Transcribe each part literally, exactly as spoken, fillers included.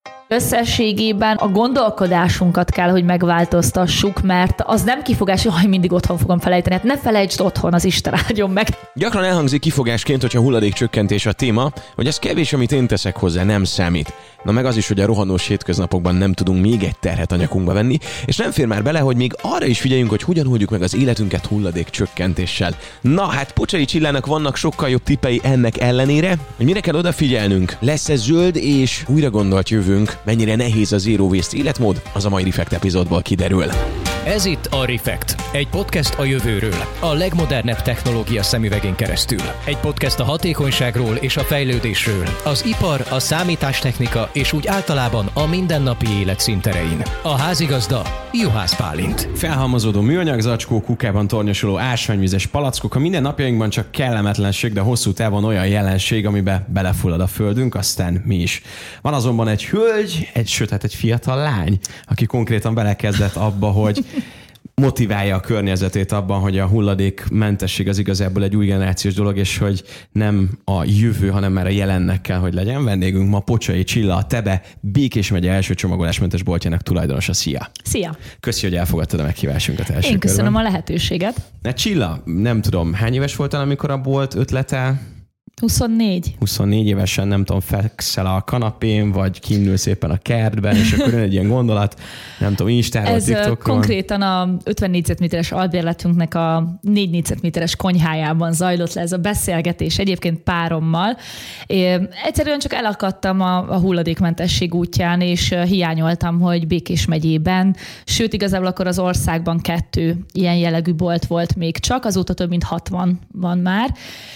Összességében a gondolkodásunkat kell, hogy megváltoztassuk, mert az nem kifogás, hogy haj, mindig otthon fogom felejteni. Hát ne felejtsd otthon, az Isten áldjon meg. Gyakran elhangzik kifogásként, hogyha hulladékcsökkentés a téma, hogy ez kevés, amit én teszek hozzá, nem számít. Na meg az is, hogy a rohanós hétköznapokban nem tudunk még egy terhet a nyakunkba venni, és nem fér már bele, hogy még arra is figyeljünk, hogy hogyan oldjuk meg az életünket hulladékcsökkentéssel. Na hát Pocsai Csillának vannak sokkal jobb tippei ennek ellenére, hogy mire kell odafigyelnünk. Lesz-e zöld és újra gondolt jövőnk, mennyire nehéz a zero waste életmód, az a mai Refekt epizódból kiderül. Ez itt a Refekt, egy podcast a jövőről, a legmodernebb technológia szemüvegén keresztül. Egy podcast a hatékonyságról és a fejlődésről, az ipar, a számítástechnika és úgy általában a mindennapi élet színterein. A házigazda Juhász Bálint. Felhalmozódó műanyag zacskó, kukában tornyosuló ásványvizes palackok a mindennapjainkban csak kellemetlenség, de hosszú távon olyan jelenség, amibe belefullad a földünk, aztán mi is. Van azonban egy hölgy, egy, sőt, hát egy fiatal lány, aki konkrétan belekezdett abba, hogy motiválja a környezetét abban, hogy a hulladékmentesség az igazából egy új generációs dolog, és hogy nem a jövő, hanem már a jelennek kell, hogy legyen. Vendégünk ma Pocsai Csilla, a Tebe Békés megye első csomagolásmentes boltjának tulajdonosa. Szia! Szia! Köszi, hogy elfogadtad a meghívásunkat első Én köszönöm körben. a lehetőséget. Na Csilla, nem tudom, hány éves voltál, amikor a bolt ötlete? huszonnégy. huszonnégy évesen, nem tudom, fekszel a kanapén, vagy kinnülsz szépen a kertben, és akkor jön egy ilyen gondolat, nem tudom, Instáról, Ez TikTokról. konkrétan a ötven négyzetméteres albérletünknek a négy négyzetméteres konyhájában zajlott le ez a beszélgetés, egyébként párommal. Én egyszerűen csak elakadtam a, a hulladékmentesség útján, és hiányoltam, hogy Békés megyében, sőt igazából akkor az országban kettő ilyen jellegű bolt volt még csak, azóta több mint hatvan van már.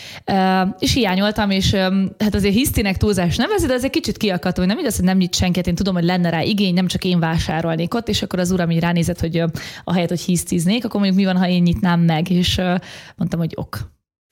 És hiányoltam, és hát azért hisztinek túlzás nem veszi, de azért kicsit kiakadtam, hogy nem igaz, hogy nem nyit senki, én tudom, hogy lenne rá igény, nem csak én vásárolnék ott, és akkor az uram így ránézett, hogy ahelyett, hogy hisztiznék, akkor mondjuk mi van, ha én nyitnám meg, és mondtam, hogy ok.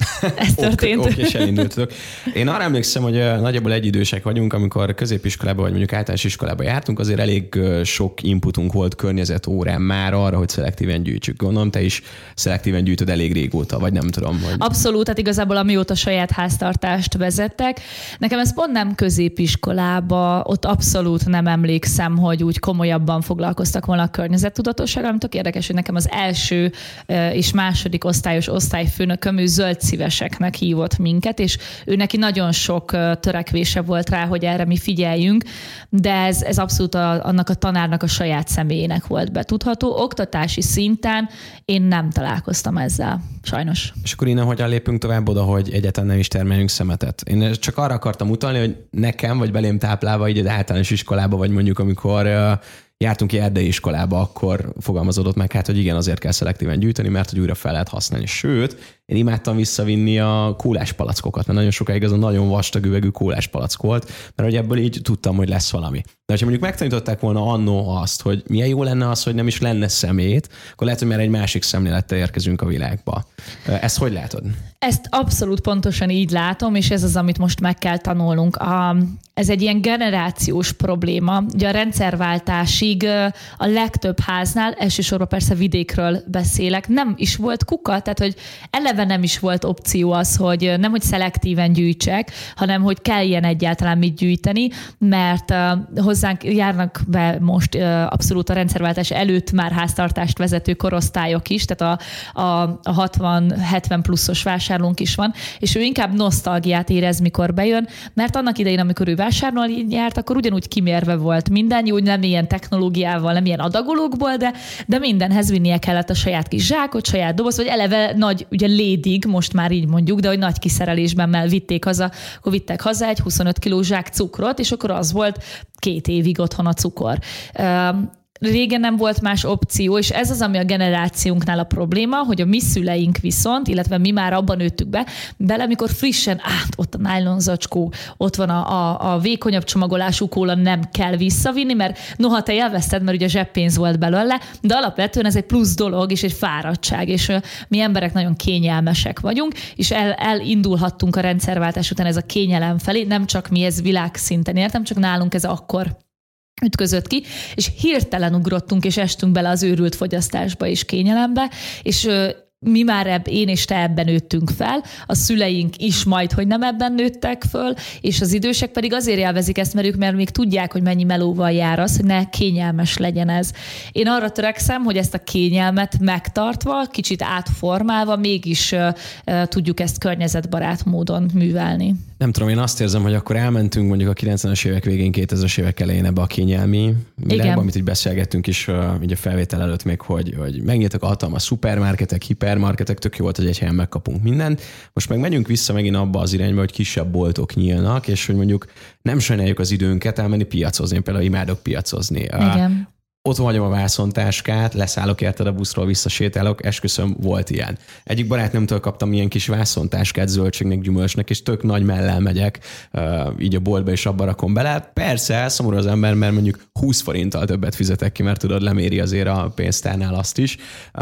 Ez történt. Ok, ok, és elindultok. Én arra emlékszem, hogy nagyjából egyidősek vagyunk, amikor középiskolában vagy mondjuk általános iskolában jártunk, azért elég sok inputunk volt környezetórán már arra, hogy szelektíven gyűjtsük. Gondolom, te is szelektíven gyűjtöd elég régóta, vagy nem tudom. Hogy... Abszolút, hát igazából amióta saját háztartást vezettek. Nekem ez pont nem középiskolába, ott abszolút nem emlékszem, hogy úgy komolyabban foglalkoztak volna a környezettudatossággal, ami tök érdekes, hogy nekem az első és második osztályos osztályfőnököm, ő zöld szíveseknek hívott minket, és ő neki nagyon sok törekvése volt rá, hogy erre mi figyeljünk, de ez, ez abszolút a, annak a tanárnak a saját személyének volt betudható. Oktatási szinten én nem találkoztam ezzel, sajnos. És akkor innen hogyan lépünk tovább oda, hogy egyáltalán nem is termeljünk szemetet? Én csak arra akartam utalni, hogy nekem, vagy belém táplálva így az általános iskolába, vagy mondjuk amikor jártunk ki erdei iskolába, akkor fogalmazódott meg, hát, hogy igen, azért kell szelektíven gyűjteni, mert hogy újra fel lehet használni. Sőt, én imádtam visszavinni a kóláspalackokat, mert nagyon sokáig az a nagyon vastag üvegű kóláspalack volt, mert hogy ebből így tudtam, hogy lesz valami. De ha mondjuk megtanították volna annó azt, hogy milyen jó lenne az, hogy nem is lenne szemét, akkor lehet, hogy már egy másik szemlélettel érkezünk a világba. Ezt hogy látod? Ezt abszolút pontosan így látom, és ez az, amit most meg kell tanulnunk. A, ez egy ilyen generációs probléma. Ugye a rendszerváltásig a legtöbb háznál, elsősorban persze vidékről beszélek, nem is volt kuka, tehát hogy eleve nem is volt opció az, hogy nem, hogy szelektíven gyűjtsek, hanem hogy kelljen egyáltalán mit gyűjteni, mert hozzánk járnak be most abszolút a rendszerváltás előtt már háztartást vezető korosztályok is, tehát a, a, a hatvan-hetven pluszos vásárlónk is van, és ő inkább nosztalgiát érez, mikor bejön, mert annak idején, amikor ő vásárolni járt, akkor ugyanúgy kimérve volt minden, jó, nem ilyen technológiával, nem ilyen adagolókból, de, de mindenhez vinnie kellett a saját kis zsákot, saját doboz, vagy eleve nagy, ugye lédig, most már így mondjuk, de hogy nagy kiszerelésben mell vitték haza, akkor vittek haza egy huszonöt kiló zsák cukrot, és akkor az volt két évig otthon a cukor. Régen nem volt más opció, és ez az, ami a generációnknál a probléma, hogy a mi szüleink viszont, illetve mi már abban nőttük be, bele, amikor frissen, át, ott a nylon zacskó, ott van a, a, a vékonyabb csomagolású kóla, nem kell visszavinni, mert noha te elveszted, mert ugye zseppénz volt belőle, de alapvetően ez egy plusz dolog, és egy fáradtság, és mi emberek nagyon kényelmesek vagyunk, és el, elindulhattunk a rendszerváltás után ez a kényelem felé, nem csak mi, ez világszinten értem, csak nálunk ez akkor ütközött ki, és hirtelen ugrottunk, és estünk bele az őrült fogyasztásba és kényelembe, és mi már ebb, én és te ebben nőttünk fel, a szüleink is majd, hogy nem ebben nőttek föl, és az idősek pedig azért élvezik ezt, mert ők mert még tudják, hogy mennyi melóval jár az, hogy ne kényelmes legyen ez. Én arra törekszem, hogy ezt a kényelmet megtartva, kicsit átformálva, mégis uh, uh, tudjuk ezt környezetbarát módon művelni. Nem tudom, én azt érzem, hogy akkor elmentünk mondjuk a kilencvenes évek végén, kétezres évek elején ebbe a kényelmi világba, amit így beszélgettünk is uh, így a felvétel előtt még, hogy, hogy megnyíltak a hatalmas szupermarketek, hipermarketek, tök jó volt, hogy egy helyen megkapunk mindent. Most meg megyünk vissza megint abba az irányba, hogy kisebb boltok nyílnak, és hogy mondjuk nem sajnáljuk az időnket elmenni piacozni. Én például imádok piacozni. Igen. Otthon hagyom a vászontáskát, leszállok érted a buszról, visszasétálok, esküszöm, volt ilyen. Egyik barátnőmtől kaptam ilyen kis vászontáskát zöldségnek, gyümölcsnek, és tök nagy mellel megyek, így a boltba, és abba rakom bele. Persze, elszomorú az ember, mert mondjuk húsz forinttal többet fizetek ki, mert tudod, leméri azért a pénztárnál azt is.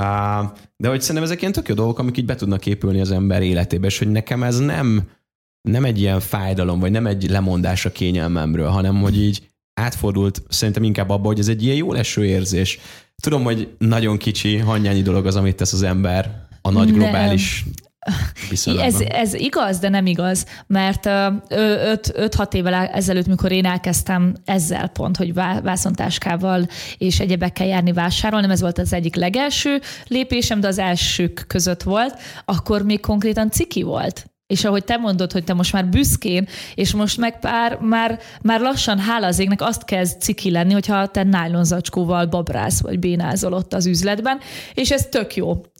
De hogy szerintem ezek ilyen tök jó dolgok, amik így be tudnak épülni az ember életébe, és hogy nekem ez nem, nem egy ilyen fájdalom, vagy nem egy lemondás a kényelmemről, hanem hogy így átfordult szerintem inkább abba, hogy ez egy ilyen jó leső érzés. Tudom, hogy nagyon kicsi, hangyányi dolog az, amit tesz az ember a nagy globális viszonylatban. Ez, ez igaz, de nem igaz, mert öt-hat évvel ezelőtt, mikor én elkezdtem ezzel pont, hogy vászontáskával és egyebekkel járni vásárolni, nem ez volt az egyik legelső lépésem, de az elsők között volt, akkor még konkrétan ciki volt. És ahogy te mondod, hogy te most már büszkén, és most meg pár, már, már lassan, hála az égnek, azt kezd ciki lenni, hogyha te nájlonzacskóval babrász vagy bénázol ott az üzletben, és ez tök jó. Uh,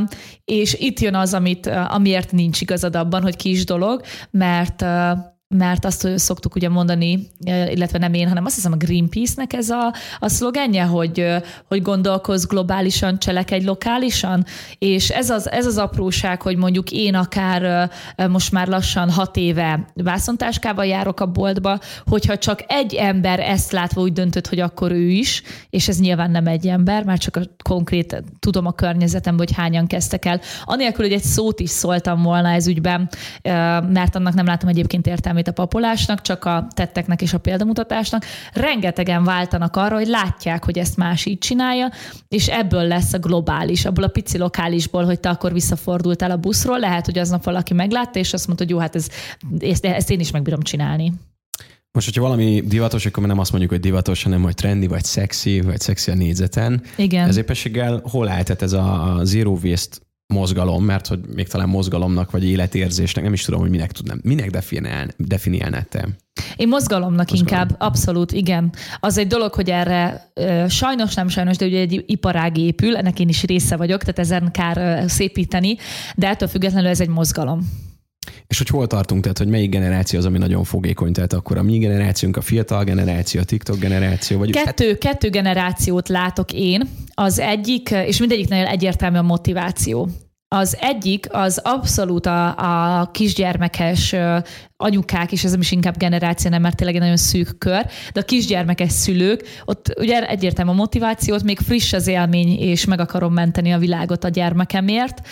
és itt jön az, amit, uh, amiért nincs igazad abban, hogy kis dolog, mert... Uh, mert azt szoktuk ugye mondani, illetve nem én, hanem azt hiszem a Greenpeace-nek ez a, a szlogenje, hogy, hogy gondolkozz globálisan, cselekedj lokálisan, és ez az, ez az apróság, hogy mondjuk én akár most már lassan hat éve vászontáskával járok a boltba, hogyha csak egy ember ezt látva úgy döntött, hogy akkor ő is, és ez nyilván nem egy ember, már csak a konkrét, tudom a környezetemben, hogy hányan kezdtek el. Anélkül, hogy egy szót is szóltam volna ez ügyben, mert annak nem látom egyébként értelmét a papolásnak, csak a tetteknek és a példamutatásnak. Rengetegen váltanak arra, hogy látják, hogy ezt más így csinálja, és ebből lesz a globális, abból a pici lokálisból, hogy te akkor visszafordultál a buszról, lehet, hogy aznap valaki meglátta, és azt mondta, hogy jó, hát ez, ezt, ezt én is megbírom csinálni. Most, hogyha valami divatos, akkor nem azt mondjuk, hogy divatos, hanem hogy trendy, vagy szexi, vagy szexi a négyzeten. Igen. Ez éppenséggel hol állhat ez a zero waste mozgalom, mert hogy még talán mozgalomnak, vagy életérzésnek, nem is tudom, hogy minek tudnám. Minek definiál, definiálnád te? Én mozgalomnak Mozgalom. inkább, abszolút, igen. Az egy dolog, hogy erre sajnos, nem sajnos, de ugye egy iparág épül, ennek én is része vagyok, tehát ezen kár szépíteni, de ettől függetlenül ez egy mozgalom. És hogy hol tartunk, tehát hogy melyik generáció az, ami nagyon fogékony, tehát akkor a mi generációnk, a fiatal generáció, a TikTok generáció? Vagy kettő, hát... kettő generációt látok én. Az egyik, és mindegyiknél egyértelmű a motiváció. Az egyik az abszolút a, a kisgyermekes anyukák, és ez nem is inkább generáció, nem, mert tényleg egy nagyon szűk kör, de a kisgyermekes szülők, ott ugye egyértelmű a motivációt, még friss az élmény, és meg akarom menteni a világot a gyermekemért.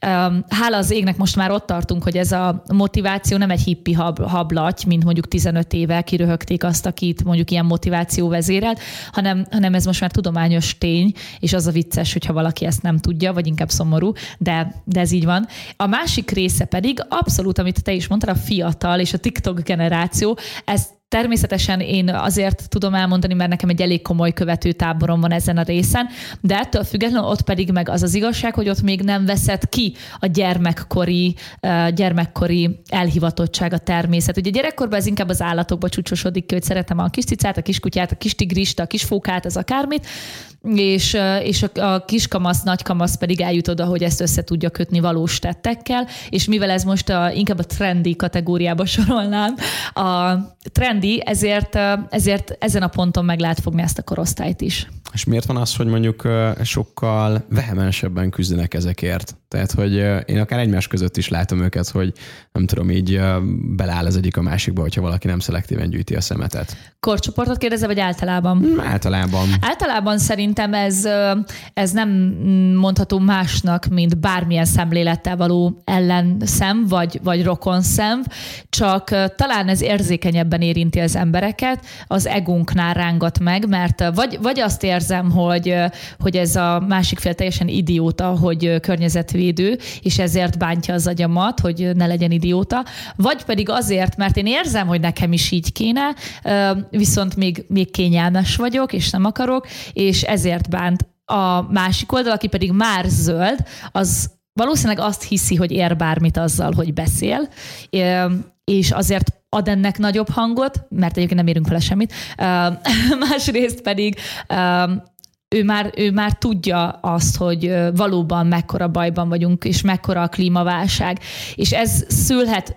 Hála az égnek most már ott tartunk, hogy ez a motiváció nem egy hippi hab, hablaty, mint mondjuk tizenöt éve kiröhögték azt, akit mondjuk ilyen motiváció vezérelt, hanem, hanem ez most már tudományos tény, és az a vicces, hogyha valaki ezt nem tudja, vagy inkább szomorú, de, de ez így van. A másik része pedig abszolút, amit te is mondtad, a fiatal és a TikTok generáció, ez természetesen én azért tudom elmondani, mert nekem egy elég komoly követőtáborom van ezen a részen, de ettől függetlenül ott pedig meg az az igazság, hogy ott még nem veszed ki a gyermekkori, gyermekkori elhivatottság, a természet. Ugye gyerekkorban ez inkább az állatokba csúcsosodik ki, hogy szeretem a kis cicát, a kiskutyát, a kis tigrist, a kis fókát, ez akármit, és, és a, a kiskamasz, nagykamasz pedig eljut oda, hogy ezt össze tudja kötni valós tettekkel, és mivel ez most a, inkább a trendy kategóriába sorolnám, a trendi, ezért, ezért ezen a ponton meg lehet fogni ezt a korosztályt is. És miért van az, hogy mondjuk sokkal vehemensebben küzdenek ezekért? Tehát, hogy én akár egymás között is látom őket, hogy nem tudom, így beleáll az egyik a másikba, hogyha valaki nem szelektíven gyűjti a szemetet. Korcsoportot kérdezze, vagy általában? Hmm, általában. Általában szerintem ez, ez nem mondható másnak, mint bármilyen szemlélettel való ellenszem, vagy, vagy rokonszem, csak talán ez érzékenyebben érinti az embereket, az egónknál rángat meg, mert vagy, vagy azt ér érzem, hogy, hogy ez a másik fél teljesen idióta, hogy környezetvédő, és ezért bántja az agyamat, hogy ne legyen idióta, vagy pedig azért, mert én érzem, hogy nekem is így kéne, viszont még, még kényelmes vagyok, és nem akarok, és ezért bánt. A másik oldal, aki pedig már zöld, az valószínűleg azt hiszi, hogy ér bármit azzal, hogy beszél, és azért ad ennek nagyobb hangot, mert egyébként nem érünk vele semmit. Másrészt pedig ő már, ő már tudja azt, hogy valóban mekkora bajban vagyunk, és mekkora a klímaválság, és ez szülhet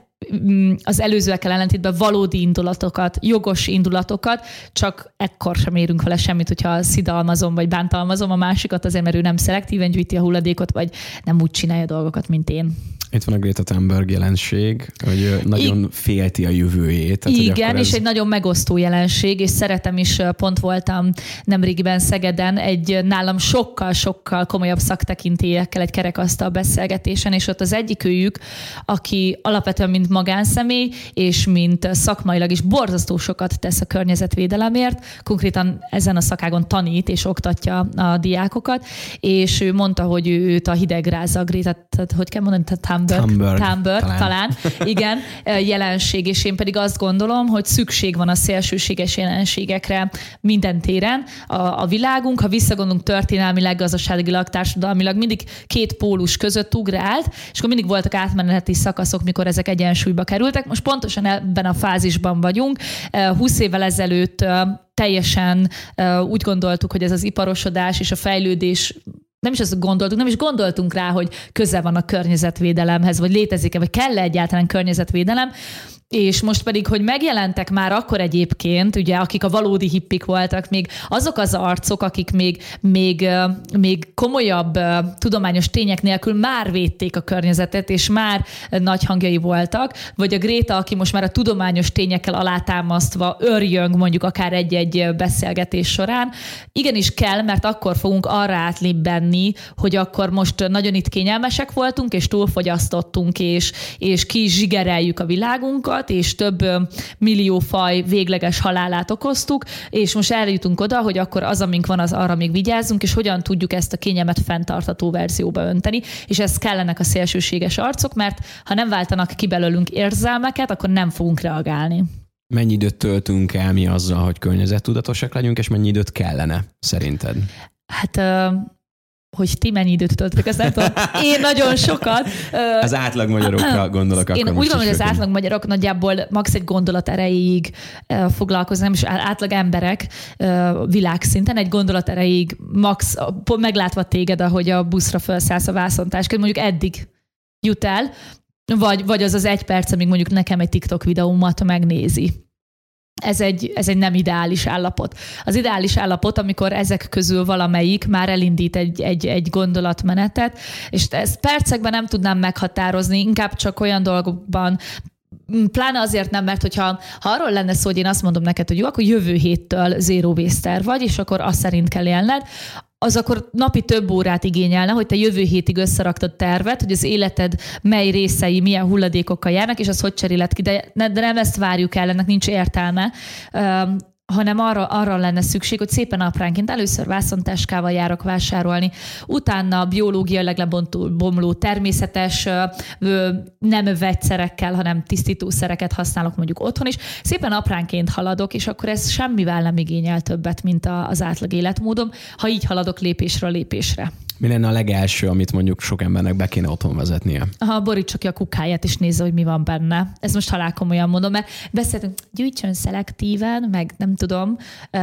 az előzőekkel ellentétben valódi indulatokat, jogos indulatokat, csak ekkor sem érünk vele semmit, hogyha szidalmazom vagy bántalmazom a másikat, azért mert ő nem szelektíven gyűjti a hulladékot, vagy nem úgy csinálja dolgokat, mint én. Itt van a Greta Thunberg jelenség, hogy nagyon I- félti a jövőjét. Tehát, igen, és ez... egy nagyon megosztó jelenség, és szeretem is, pont voltam nemrégiben Szegeden egy nálam sokkal-sokkal komolyabb szaktekintélyekkel egy kerekasztal beszélgetésen, és ott az egyikőjük, aki alapvetően mint magánszemély, és mint szakmailag is borzasztó sokat tesz a környezetvédelemért, konkrétan ezen a szakágon tanít és oktatja a diákokat, és ő mondta, hogy őt a hidegráza, a Greta, hogy kell mondani, Thunberg, Thunberg talán. talán, igen, jelenség, és én pedig azt gondolom, hogy szükség van a szélsőséges jelenségekre minden téren. A, a világunk, ha visszagondolunk történelmileg, gazdaságilag, társadalmilag, mindig két pólus között ugrált, és akkor mindig voltak átmeneti szakaszok, mikor ezek egyensúlyba kerültek. Most pontosan ebben a fázisban vagyunk. húsz évvel ezelőtt teljesen úgy gondoltuk, hogy ez az iparosodás és a fejlődés, nem is azt gondoltuk, nem is gondoltunk rá, hogy köze van a környezetvédelemhez, vagy létezik-e, vagy kell-e egyáltalán környezetvédelem, és most pedig, hogy megjelentek már akkor egyébként, ugye, akik a valódi hippik voltak, még azok az arcok, akik még, még, még komolyabb tudományos tények nélkül már védték a környezetet, és már nagy hangjai voltak, vagy a Greta, aki most már a tudományos tényekkel alátámasztva örjöng mondjuk akár egy-egy beszélgetés során. Igenis kell, mert akkor fogunk arra átlibbenni, hogy akkor most nagyon itt kényelmesek voltunk, és túlfogyasztottunk, és, és ki zsigereljük a világunkat, és több millió faj végleges halálát okoztuk, és most eljutunk oda, hogy akkor az, amink van, az arra még vigyázzunk, és hogyan tudjuk ezt a kényelmet fenntartható verzióba önteni, és ez kellenek a szélsőséges arcok, mert ha nem váltanak ki belőlünk érzelmeket, akkor nem fogunk reagálni. Mennyi időt töltünk el mi azzal, hogy környezettudatosak legyünk, és mennyi időt kellene szerinted? Hát... Uh... hogy ti mennyi időt töltöttek, azt nem tudom. Én nagyon sokat. Az átlag magyarokra gondolok. Én úgy gondolom, hogy az átlag magyarok nagyjából max. Egy gondolat erejéig foglalkoznak, és átlag emberek világszinten egy gondolat erejéig max. Meglátva téged, ahogy a buszra felszállsz a vászontáskért, mondjuk eddig jut el, vagy, vagy az az egy perc, amíg mondjuk nekem egy TikTok videómat megnézi. Ez egy, ez egy nem ideális állapot. Az ideális állapot, amikor ezek közül valamelyik már elindít egy, egy, egy gondolatmenetet, és ezt percekben nem tudnám meghatározni, inkább csak olyan dolgokban, pláne azért nem, mert hogyha ha arról lenne szó, hogy én azt mondom neked, hogy jó, akkor jövő héttől zero waste vagy, és akkor azt szerint kell élned, az akkor napi több órát igényelne, hogy te jövő hétig összeraktad tervet, hogy az életed mely részei milyen hulladékokkal járnak, és az hogy cseréled ki, de, de nem ezt várjuk el, ennek nincs értelme, hanem arra, arra lenne szükség, hogy szépen apránként először vászontáskával járok vásárolni, utána biológiailag lebomló természetes, nem vegyszerekkel, hanem tisztítószereket használok mondjuk otthon is. Szépen apránként haladok, és akkor ez semmivel nem igényel többet, mint az átlag életmódom, ha így haladok lépésről lépésre. Mi lenne a legelső, amit mondjuk sok embernek be kéne otthon vezetnie? Ha borítsa ki a kukáját, és nézze, hogy mi van benne. Ezt most halálkomolyan mondom, mert beszéltünk, gyűjtsön szelektíven, meg nem tudom,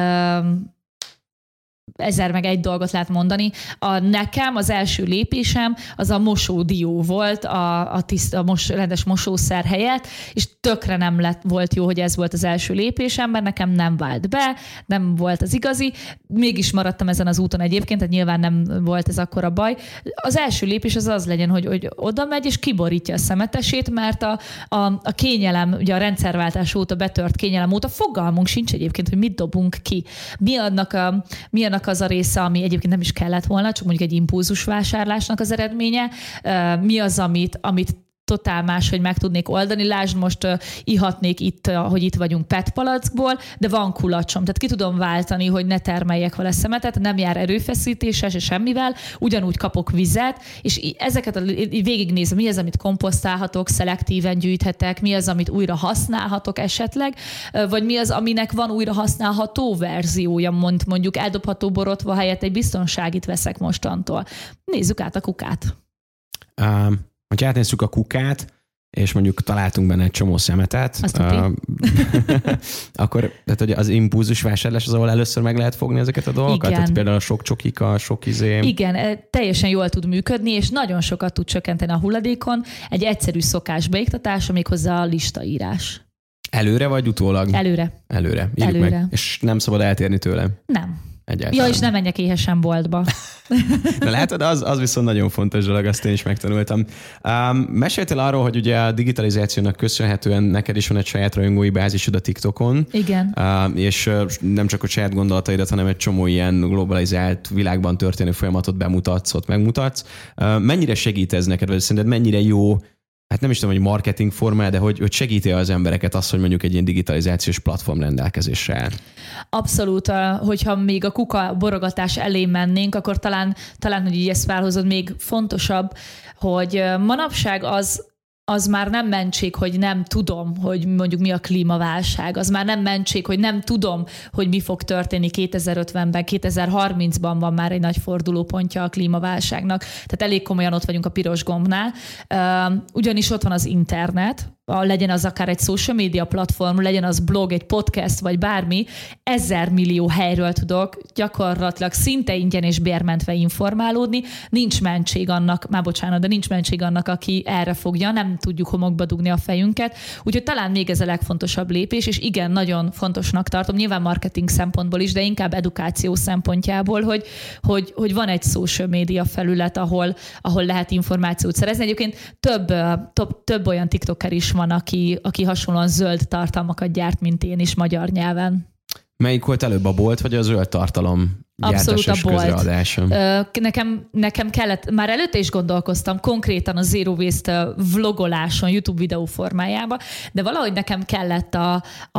ezer meg egy dolgot lehet mondani. A nekem az első lépésem az a mosódió volt, a, a, tiszt, a mos, rendes mosószer helyett, és tökre nem lett, volt jó, hogy ez volt az első lépésem, mert nekem nem vált be, nem volt az igazi. Mégis maradtam ezen az úton egyébként, tehát nyilván nem volt ez akkora baj. Az első lépés az az legyen, hogy, hogy oda megy és kiborítja a szemetesét, mert a, a, a kényelem, ugye a rendszerváltás óta betört kényelem óta fogalmunk sincs egyébként, hogy mit dobunk ki. Mi annak a, mi annak az a része, ami egyébként nem is kellett volna, csak mondjuk egy impulzus vásárlásnak az eredménye. Mi az, amit, amit totál más, hogy meg tudnék oldani. Lásd, most uh, ihatnék itt, uh, hogy itt vagyunk pé é té palackból, de van kulacsom. Tehát ki tudom váltani, hogy ne termeljek vele szemetet, nem jár erőfeszítéssel, se semmivel, ugyanúgy kapok vizet, és ezeket a, végignézem, mi az, amit komposztálhatok, szelektíven gyűjthetek, mi az, amit újra használhatok esetleg, vagy mi az, aminek van újra használható verziója, mond, mondjuk eldobható borotva helyett egy biztonságit veszek mostantól. Nézzük át a kukát. Um, hogyha átnézzük a kukát, és mondjuk találtunk benne egy csomó szemetet, uh, akkor tehát, hogy az impulzus vásárlás az, ahol először meg lehet fogni ezeket a dolgokat? Igen. Tehát például a sok csokika, sok izé. Igen, teljesen jól tud működni, és nagyon sokat tud csökkenteni a hulladékon. Egy egyszerű szokás beiktatása, méghozzá a listaírás. Előre vagy utólag? Előre. Előre. Írjuk Előre. meg. És nem szabad eltérni tőle? Nem. Egyáltalán. Ja, és nem menjek éhesen boltba. Na látod, az, az viszont nagyon fontos dolog, azt én is megtanultam. Um, meséltél arról, hogy ugye a digitalizációnak köszönhetően neked is van egy saját rajongói bázisod a TikTokon. Igen. Um, és nem csak a saját gondolataidat, hanem egy csomó ilyen globalizált világban történő folyamatot bemutatsz, ott megmutatsz. Uh, mennyire segít ez neked, vagy szerinted mennyire jó, hát nem is tudom, hogy marketing formál, de hogy, hogy segíti az embereket az, hogy mondjuk egy ilyen digitalizációs platform rendelkezésre áll? Abszolút, hogyha még a kuka borogatás elé mennénk, akkor talán, talán hogy így ezt felhozod, még fontosabb, hogy manapság az, az már nem mentség, hogy nem tudom, hogy mondjuk mi a klímaválság. Az már nem mentség, hogy nem tudom, hogy mi fog történni kétezer-ötvenben, kétezer-harmincban van már egy nagy fordulópontja a klímaválságnak. Tehát elég komolyan ott vagyunk a piros gombnál. Ugyanis ott van az internet, legyen az akár egy social media platform, legyen az blog, egy podcast, vagy bármi, ezer millió helyről tudok gyakorlatilag szinte ingyen és bérmentve informálódni. Nincs mentség annak, már bocsánat, de nincs mentség annak, aki erre fogja, nem tudjuk homokba dugni a fejünket. Úgyhogy talán még ez a legfontosabb lépés, és igen, nagyon fontosnak tartom, nyilván marketing szempontból is, de inkább edukáció szempontjából, hogy, hogy, hogy van egy social media felület, ahol, ahol lehet információt szerezni. Egyébként több, több, több olyan TikToker is van, aki, aki hasonlóan zöld tartalmakat gyárt, mint én is magyar nyelven. Melyik volt előbb, a bolt vagy a zöld tartalom Abszolút a bolt. Nekem, nekem kellett, már előtte is gondolkoztam konkrétan a Zero Waste vlogoláson, YouTube videó formájában, de valahogy nekem kellett a,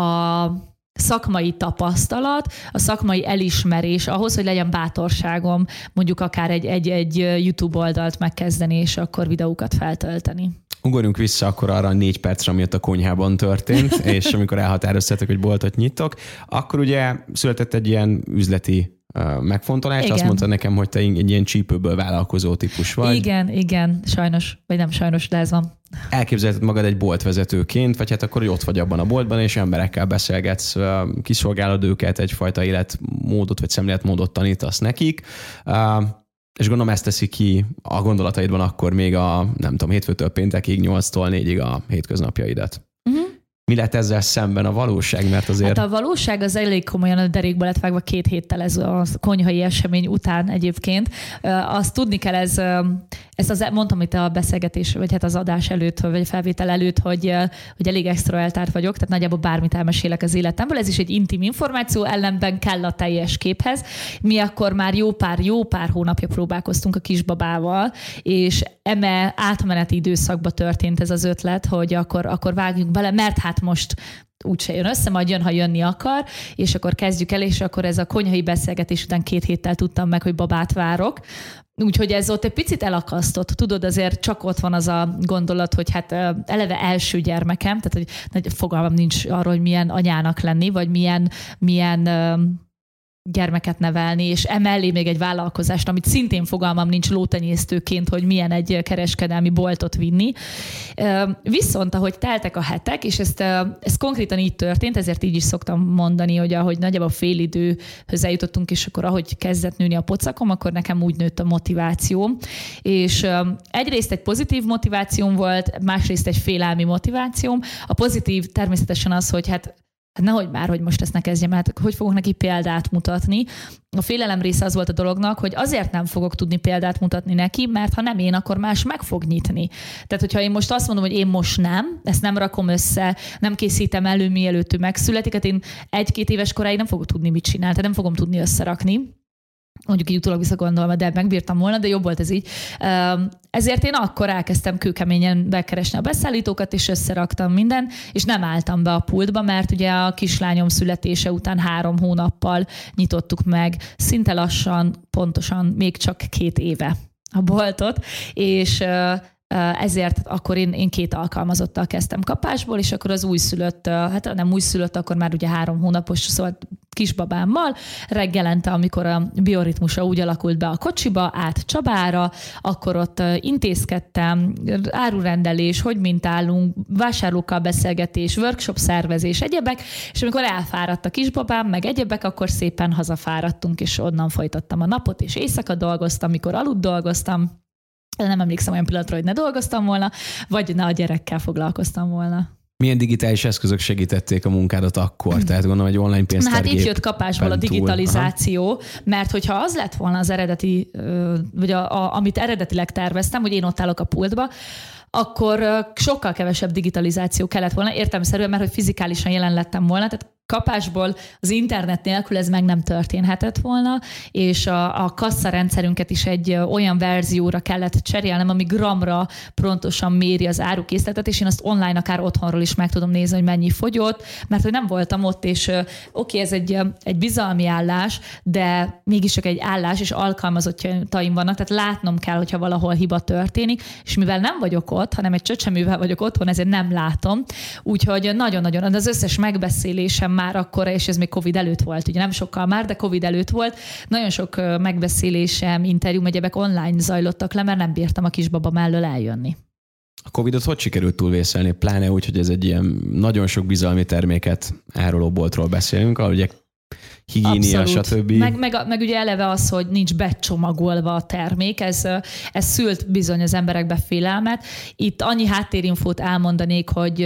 a szakmai tapasztalat, a szakmai elismerés ahhoz, hogy legyen bátorságom mondjuk akár egy, egy, egy YouTube oldalt megkezdeni, és akkor videókat feltölteni. Ugorjunk vissza akkor arra a négy percre, ami ott a konyhában történt, és amikor elhatároztatok, hogy boltot nyitok, akkor ugye született egy ilyen üzleti uh, megfontolás. Igen. Azt mondta nekem, hogy te egy ilyen csípőből vállalkozó típus vagy. Igen, igen, sajnos, vagy nem sajnos, de ez van. Elképzelheted magad egy boltvezetőként, vagy hát akkor, hogy ott vagy abban a boltban, és emberekkel beszélgetsz, kiszolgálod őket, egyfajta életmódot, vagy szemléletmódot tanítasz nekik. Uh, És gondolom ezt teszi ki a gondolataidban akkor még a, nem tudom, hétfőtől péntekig, nyolctól négyig a hétköznapjaidat. Uh-huh. Mi lett ezzel szemben a valóság? Mert azért... Hát a valóság az elég komolyan a derékba lett vágva két héttel ez a konyhai esemény után egyébként. Azt tudni kell, ez, ezt az, mondtam itt a beszélgetés, vagy hát az adás előtt, vagy a felvétel előtt, hogy, hogy elég extraeltárt vagyok, tehát nagyjából bármit elmesélek az életemből. Ez is egy intim információ, ellenben kell a teljes képhez. Mi akkor már jó pár, jó pár hónapja próbálkoztunk a kisbabával, és eme átmeneti időszakban történt ez az ötlet, hogy akkor, akkor vágjunk bele, mert hát most úgyse jön össze, majd jön, ha jönni akar, és akkor kezdjük el, és akkor ez a konyhai beszélgetés után két héttel tudtam meg, hogy babát várok. Úgyhogy ez ott egy picit elakasztott. Tudod, azért csak ott van az a gondolat, hogy hát eleve első gyermekem, tehát hogy fogalmam nincs arról, hogy milyen anyának lenni, vagy milyen, milyen gyermeket nevelni, és emellé még egy vállalkozást, amit szintén fogalmam nincs lótenyésztőként, hogy milyen egy kereskedelmi boltot vinni. Viszont ahogy teltek a hetek, és ezt, ez konkrétan így történt, ezért így is szoktam mondani, hogy ahogy nagyjából fél időhöz eljutottunk, és akkor ahogy kezdett nőni a pocakom, akkor nekem úgy nőtt a motivációm. És egyrészt egy pozitív motivációm volt, másrészt egy félelmi motivációm. A pozitív természetesen az, hogy hát Hát nehogy már, hogy most ezt ne kezdjem, hát hogy fogok neki példát mutatni. A félelem része az volt a dolognak, hogy azért nem fogok tudni példát mutatni neki, mert ha nem én, akkor más meg fog nyitni. Tehát, hogyha én most azt mondom, hogy én most nem, ezt nem rakom össze, nem készítem elő, mielőtt ő megszületik, hát én egy-két éves koráig nem fogok tudni mit csinálni, tehát nem fogom tudni összerakni. mondjuk így utólag visszagondolva, de megbírtam volna, de jobb volt ez így. Ezért én akkor elkezdtem kőkeményen bekeresni a beszállítókat, és összeraktam minden, és nem álltam be a pultba, mert ugye a kislányom születése után három hónappal nyitottuk meg, szinte lassan, pontosan még csak két éve a boltot, és ezért akkor én, én két alkalmazottal kezdtem kapásból, és akkor az újszülött, hát nem újszülött, akkor már ugye három hónapos, szóval kisbabámmal reggelente, amikor a bioritmusa úgy alakult be a kocsiba, át Csabára, akkor ott intézkedtem, árurendelés, hogy mintálunk, vásárlókkal beszélgetés, workshop szervezés, egyebek, és amikor elfáradt a kisbabám, meg egyebek, akkor szépen hazafáradtunk, és onnan folytattam a napot, és éjszaka dolgoztam, amikor aludt dolgoztam, nem emlékszem olyan pillanatra, hogy ne dolgoztam volna, vagy ne a gyerekkel foglalkoztam volna. Milyen digitális eszközök segítették a munkádat akkor? Tehát gondolom, hogy online pénztárgép. Na hát itt jött kapásból a digitalizáció, túl. Mert hogyha az lett volna az eredeti, vagy a, a, amit eredetileg terveztem, hogy én ott állok a pultba, akkor sokkal kevesebb digitalizáció kellett volna, értelemszerűen, mert hogy fizikálisan jelen lettem volna, tehát kapásból az internet nélkül ez meg nem történhetett volna, és a, a kasszarendszerünket is egy olyan verzióra kellett cserélnem, ami gramra pontosan méri az árukészletet, és én azt online akár otthonról is meg tudom nézni, hogy mennyi fogyott, mert hogy nem voltam ott, és oké, okay, ez egy, egy bizalmi állás, de mégis csak egy állás, és alkalmazottaim vannak, tehát látnom kell, hogyha valahol hiba történik, és mivel nem vagyok ott, hanem egy csöcsemővel vagyok otthon, ezért nem látom, úgyhogy nagyon-nagyon, az összes megbeszélésem már akkor, és ez még Covid előtt volt, ugye nem sokkal már, de Covid előtt volt. Nagyon sok megbeszélésem, interjú, egyebek online zajlottak le, mert nem bírtam a kisbaba mellől eljönni. A Covidot hogy sikerült túlvészelni? Pláne úgy, hogy ez egy ilyen nagyon sok bizalmi terméket áruló boltról beszélünk, ahol ugye higiénia, stb. Meg, meg, meg ugye eleve az, hogy nincs becsomagolva a termék, ez, ez szült bizony az emberekbe félelmet. Itt annyi háttérinfót elmondanék, hogy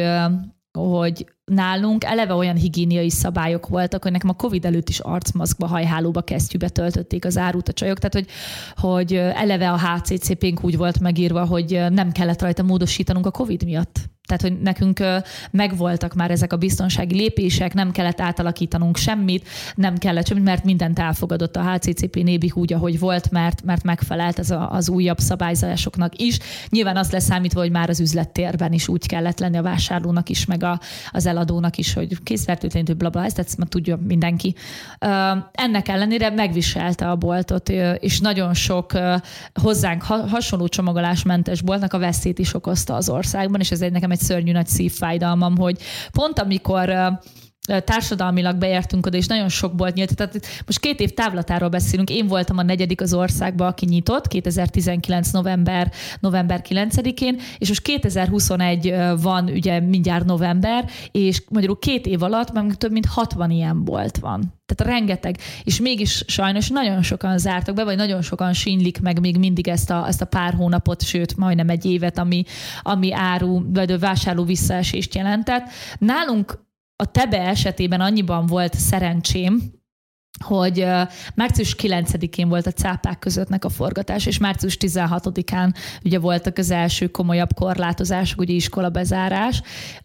hogy nálunk eleve olyan higiéniai szabályok voltak, hogy nekem a Covid előtt is arcmaszkba, hajhálóba, kesztyűbe töltötték az árut a csajok, tehát hogy, hogy eleve a há cé cé pénk úgy volt megírva, hogy nem kellett rajta módosítanunk a Covid miatt. Tehát, hogy nekünk megvoltak már ezek a biztonsági lépések, nem kellett átalakítanunk semmit, nem kellett semmit, mert mindent elfogadott a há cé cé pé Nébih úgy, ahogy volt, mert, mert megfelelt ez a, az újabb szabályzásoknak is. Nyilván azt leszámítva, hogy már az üzlettérben is úgy kellett lenni a vásárlónak is, meg a, az eladónak is, hogy készfertőtlenítő, blablabla, ezt, ezt már tudja mindenki. Ennek ellenére megviselte a boltot, és nagyon sok hozzánk hasonló csomagolásmentes boltnak a veszélyt is okozta az országban, és ez egy nekem egy szörnyű nagy szívfájdalmam, hogy pont amikor társadalmilag beértünk oda, és nagyon sok bolt nyílt. Tehát most két év távlatáról beszélünk. Én voltam a negyedik az országban, aki nyitott, kétezer-tizenkilenc november, november kilencedikén, és most kétezer-huszonegy van ugye mindjárt november, és magyarul két év alatt már több mint hatvan ilyen bolt van. Tehát rengeteg. És mégis sajnos nagyon sokan zártak be, vagy nagyon sokan sínlik meg még mindig ezt a, ezt a pár hónapot, sőt majdnem egy évet, ami, ami áru, vagy vásárló visszaesést jelentett. Nálunk a Tebe esetében annyiban volt szerencsém, hogy március kilencedikén volt a cápák közöttnek a forgatás, és március tizenhatodikán ugye voltak az első komolyabb korlátozások, ugye iskolabezárás,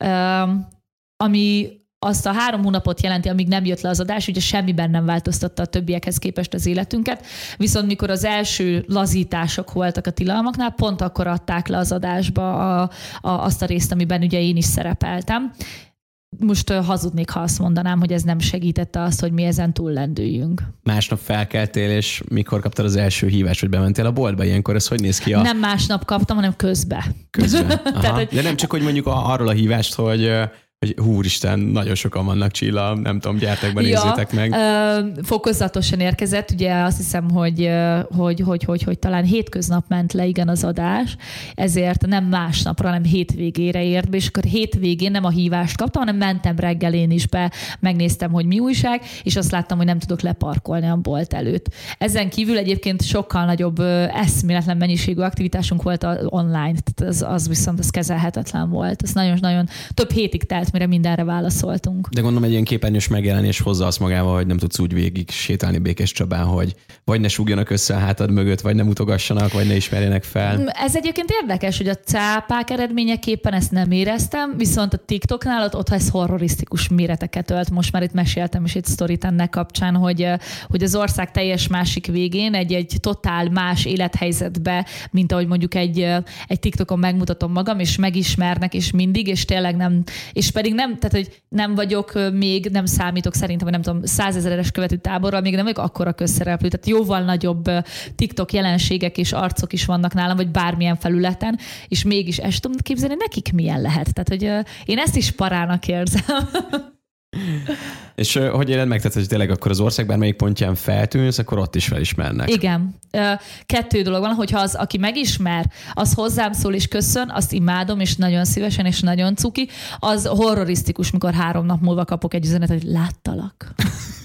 ami azt a három hónapot jelenti, amíg nem jött le az adás, ugye semmiben nem változtatta a többiekhez képest az életünket, viszont mikor az első lazítások voltak a tilalmaknál, pont akkor adták le az adásba a, a, azt a részt, amiben ugye én is szerepeltem. Most hazudnék, ha azt mondanám, hogy ez nem segítette azt, hogy mi ezen túl lendüljünk. Másnap felkeltél, és mikor kaptad az első hívást, hogy bementél a boltba? Ilyenkor ez hogy néz ki? A... Nem másnap kaptam, hanem közbe. Közbe. Tehát, hogy... De nem csak, hogy mondjuk arról a hívást, hogy... hogy húristen, nagyon sokan vannak, Csilla, nem tudom, gyertek be, nézzétek ja, meg. Ö, fokozatosan érkezett, ugye azt hiszem, hogy, hogy, hogy, hogy, hogy talán hétköznap ment le, igen, az adás, ezért nem másnapra, hanem hétvégére ért be, és akkor hétvégén nem a hívást kaptam, hanem mentem reggelén is be, megnéztem, hogy mi újság, és azt láttam, hogy nem tudok leparkolni a bolt előtt. Ezen kívül egyébként sokkal nagyobb eszméletlen mennyiségű aktivitásunk volt online, tehát az, az viszont az kezelhetetlen volt. Ez nagyon-nagyon több hétig telt lehet, mire mindenre válaszoltunk. De gondolom egy ilyen képernyős megjelenés hozza azt magával, hogy nem tudsz úgy végig sétálni Békés Csabán, hogy vagy ne súgjanak össze a hátad mögött, vagy ne mutogassanak, vagy ne ismerjenek fel. Ez egyébként érdekes, hogy a cápák eredményeképpen ezt nem éreztem, viszont a TikToknál ott, ott ez horrorisztikus méreteket ölt. Most már itt meséltem is egy sztorit ennek kapcsán, hogy, hogy az ország teljes másik végén egy, egy totál más élethelyzetbe, mint ahogy mondjuk egy, egy TikTokon megmutatom magam, és megismernek, és mindig, és tényleg nem, és pedig nem, tehát hogy nem vagyok még, nem számítok szerintem, hogy nem tudom, százezeres követő táborral, még nem vagyok akkora közszereplő, tehát jóval nagyobb TikTok jelenségek és arcok is vannak nálam, vagy bármilyen felületen, és mégis ezt tudom képzelni, nekik milyen lehet. Tehát, hogy én ezt is parának érzem. És uh, hogy éled meg, tehát, hogy tényleg akkor az ország bármelyik pontján feltűnsz, akkor ott is felismernek. Igen. Kettő dolog van, hogyha az, aki megismer, az hozzám szól és köszön, azt imádom, és nagyon szívesen, és nagyon cuki. Az horrorisztikus, mikor három nap múlva kapok egy üzenetet, hogy láttalak.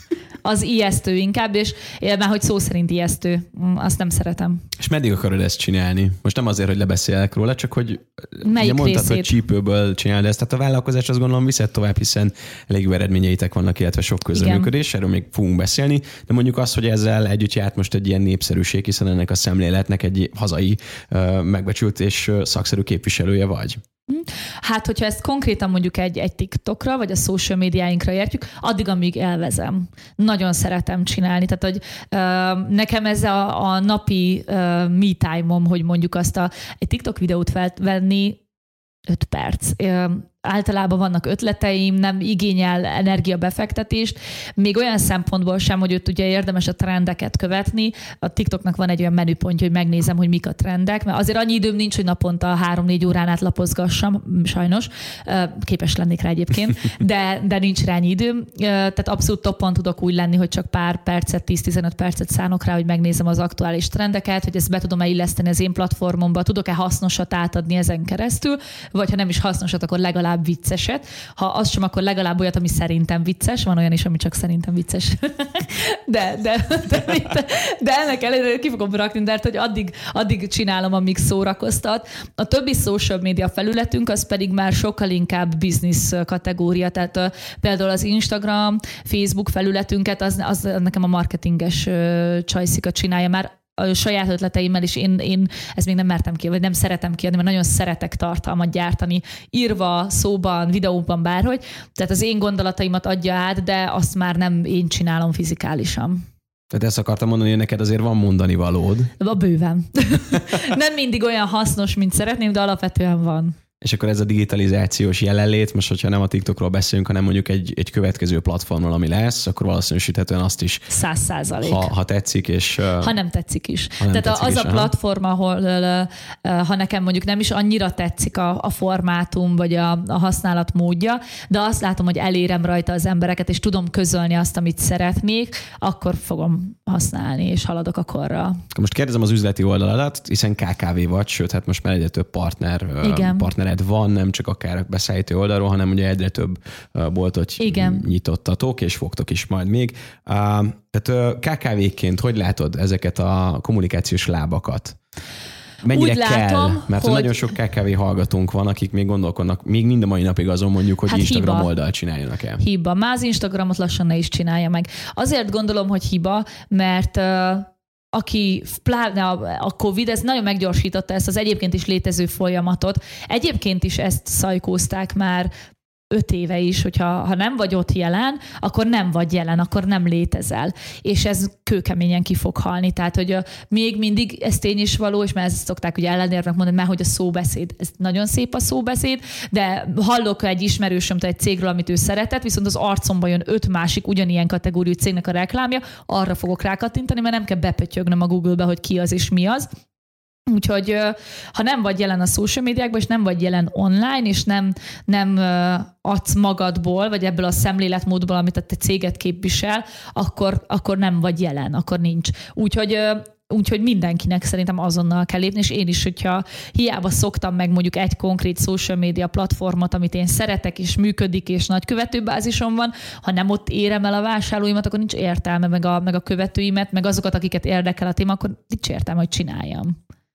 Az ijesztő inkább, és már hogy szó szerint ijesztő, azt nem szeretem. És meddig akarod ezt csinálni? Most nem azért, hogy lebeszélek róla, csak hogy melyik ugye mondtad, részét? hogy csípőből csinálod ezt. Tehát a vállalkozás azt gondolom viszed tovább, hiszen elég jó eredményeitek vannak, illetve sok közreműködés, erről még fogunk beszélni, de mondjuk az, hogy ezzel együtt járt most egy ilyen népszerűség, hiszen ennek a szemléletnek egy hazai megbecsült és szakszerű képviselője vagy. Hát, hogyha ezt konkrétan mondjuk egy, egy TikTokra, vagy a social médiáinkra értjük, addig, amíg élvezem. Nagyon szeretem csinálni. Tehát, hogy uh, nekem ez a, a napi uh, me time-om, hogy mondjuk azt a, egy TikTok videót felvenni öt perc. Uh, általában vannak ötleteim, nem igényel energiabefektetést, még olyan szempontból sem, hogy ott ugye érdemes a trendeket követni. A TikToknak van egy olyan menüpontja, hogy megnézem, hogy mik a trendek, mert azért annyi időm nincs, hogy naponta három-négy órán át lapozgassam, sajnos. Képes lennék rá egyébként, de, de nincs rá annyi időm. Tehát abszolút toppon tudok úgy lenni, hogy csak pár percet, tíz-tizenöt percet szánok rá, hogy megnézem az aktuális trendeket, hogy ezt be tudom-e illeszteni az én platformomba, tudok-e hasznosat átadni ezen keresztül, vagy ha nem is hasznosat, akkor legalább vicceset. Ha az sem, akkor legalább olyat, ami szerintem vicces. Van olyan is, ami csak szerintem vicces. de, de, de, de, de ennek ellenére ki fogom rakni, de hogy addig, addig csinálom, amíg szórakoztat. A többi social media felületünk, az pedig már sokkal inkább business kategória. Tehát uh, például az Instagram, Facebook felületünket, az, az nekem a marketinges uh, csajszika csinálja már, a saját ötleteimmel is én, én ezt még nem mertem ki, vagy nem szeretem kiadni, mert nagyon szeretek tartalmat gyártani, írva, szóban, videóban, bárhogy. Tehát az én gondolataimat adja át, de azt már nem én csinálom fizikálisan. Tehát ezt akartam mondani, hogy neked azért van mondani valód. A bőven. Nem mindig olyan hasznos, mint szeretném, de alapvetően van. És akkor ez a digitalizációs jelenlét, most hogyha nem a TikTokról beszélünk, hanem mondjuk egy, egy következő platformon, ami lesz, akkor valószínűsíthetően azt is Száz százalék. Ha, ha tetszik, és... Ha nem tetszik is. Nem Tehát tetszik az is, a platform, ahol ha nekem mondjuk nem is annyira tetszik a, a formátum, vagy a, a használat módja, de azt látom, hogy elérem rajta az embereket, és tudom közölni azt, amit szeretnék, akkor fogom használni, és haladok a korra. Most kérdezem az üzleti oldaladat, hiszen ká ká vé vagy, sőt, hát most már egyre több partner, partner van, nem csak akár beszállító oldalról, hanem ugye egyre több boltot Igen. nyitottatok, és fogtok is majd még. Tehát ká ká vé-ként hogy látod ezeket a kommunikációs lábakat? Mennyire Úgy kell? látom, Mert hogy... nagyon sok ká ká vé hallgatónk van, akik még gondolkodnak, még mind a mai napig azon mondjuk, hogy hát Instagram hiba. oldalt csináljanak el. Hiba. Már az Instagramot lassan ne is csinálja meg. Azért gondolom, hogy hiba, mert... Uh... aki pláne a Covid, ez nagyon meggyorsította ezt az egyébként is létező folyamatot. Egyébként is ezt szajkózták már öt éve is, hogyha ha nem vagy ott jelen, akkor nem vagy jelen, akkor nem létezel. És ez kőkeményen ki fog halni. Tehát, hogy a, még mindig ez tény is való, és már ezt szokták ugye ellenérvnek mondani, mert hogy a szóbeszéd, ez nagyon szép a szóbeszéd, de hallok egy ismerősömtől egy cégről, amit ő szeretett, viszont az arcomba jön öt másik ugyanilyen kategóriú cégnek a reklámja, arra fogok rákattintani, mert nem kell bepötyögnöm a Google-be, hogy ki az és mi az. Úgyhogy ha nem vagy jelen a social médiákban, és nem vagy jelen online, és nem, nem adsz magadból, vagy ebből a szemléletmódból, amit a te céget képvisel, akkor, akkor nem vagy jelen, akkor nincs. Úgyhogy Úgyhogy mindenkinek szerintem azonnal kell lépni, és én is, hogyha hiába szoktam meg mondjuk egy konkrét social media platformot, amit én szeretek, és működik, és nagy követőbázisom van, ha nem ott érem el a vásárlóimat, akkor nincs értelme, meg a, meg a követőimet, meg azokat, akiket érdekel a téma, akkor nincs értelme, hogy csináljam.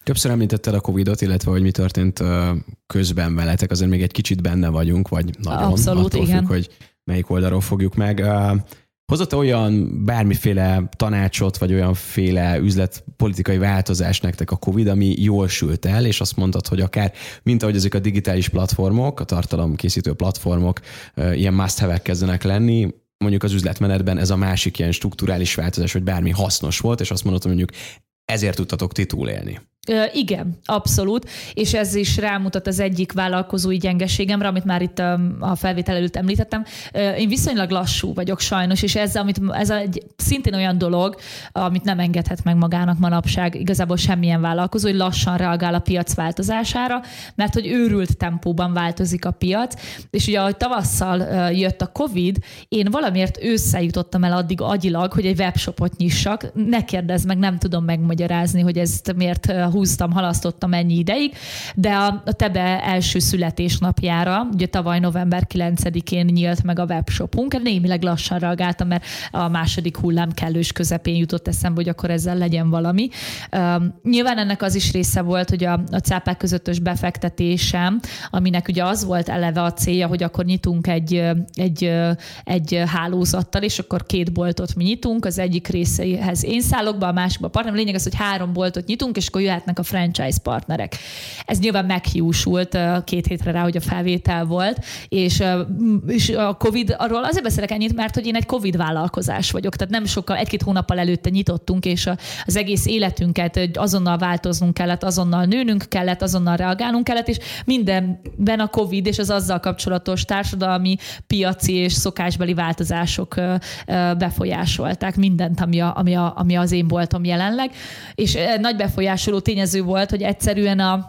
Többször említetted a Covidot, illetve hogy mi történt közben veletek, azért még egy kicsit benne vagyunk, vagy nagyon. Abszolút, attól igen. függ, hogy melyik oldalról fogjuk meg. Hozott olyan bármiféle tanácsot, vagy olyanféle üzletpolitikai változás nektek a Covid, ami jól sült el, és azt mondtad, hogy akár, mint ahogy ezek a digitális platformok, a tartalomkészítő platformok ilyen must-have-ek kezdenek lenni, mondjuk az üzletmenetben ez a másik ilyen strukturális változás, hogy bármi hasznos volt, és azt mondod, hogy mondjuk ezért tudtatok ti túlélni. Igen, abszolút, és ez is rámutat az egyik vállalkozói gyengeségemre, amit már itt a felvétel előtt említettem. Én viszonylag lassú vagyok sajnos, és ez, amit, ez egy szintén olyan dolog, amit nem engedhet meg magának manapság igazából semmilyen vállalkozó, hogy lassan reagál a piac változására, mert hogy őrült tempóban változik a piac, és ugye ahogy tavasszal jött a Covid, én valamiért ősszel jutottam el addig agyilag, hogy egy webshopot nyissak. Ne kérdezz meg, nem tudom megmagyarázni, hogy ezt miért húztam, halasztottam ennyi ideig, de a, a Tebe első születésnapjára, ugye tavaly november kilencedikén nyílt meg a webshopunk, némileg lassan reagáltam, mert a második hullám kellős közepén jutott eszembe, hogy akkor ezzel legyen valami. Uh, nyilván ennek az is része volt, hogy a, a cápák közöttös befektetésem, aminek ugye az volt eleve a célja, hogy akkor nyitunk egy, egy, egy hálózattal, és akkor két boltot mi nyitunk, az egyik részéhez én szállok be, a másikba a partner. Lényeg az, hogy három boltot nyitunk, és akkor jöhetnek a franchise partnerek. Ez nyilván meghiúsult két hétre rá, hogy a felvétel volt, és, és a Covid, arról azért beszélek ennyit, mert hogy én egy Covid vállalkozás vagyok, tehát nem sokkal, egy-két hónappal előtte nyitottunk, és az egész életünket azonnal változnunk kellett, azonnal nőnünk kellett, azonnal reagálnunk kellett, és mindenben a Covid és az azzal kapcsolatos társadalmi, piaci és szokásbeli változások befolyásolták mindent, ami, a, ami, a, ami az én boltom jelenleg, és nagy befolyásoló tényező volt, hogy egyszerűen a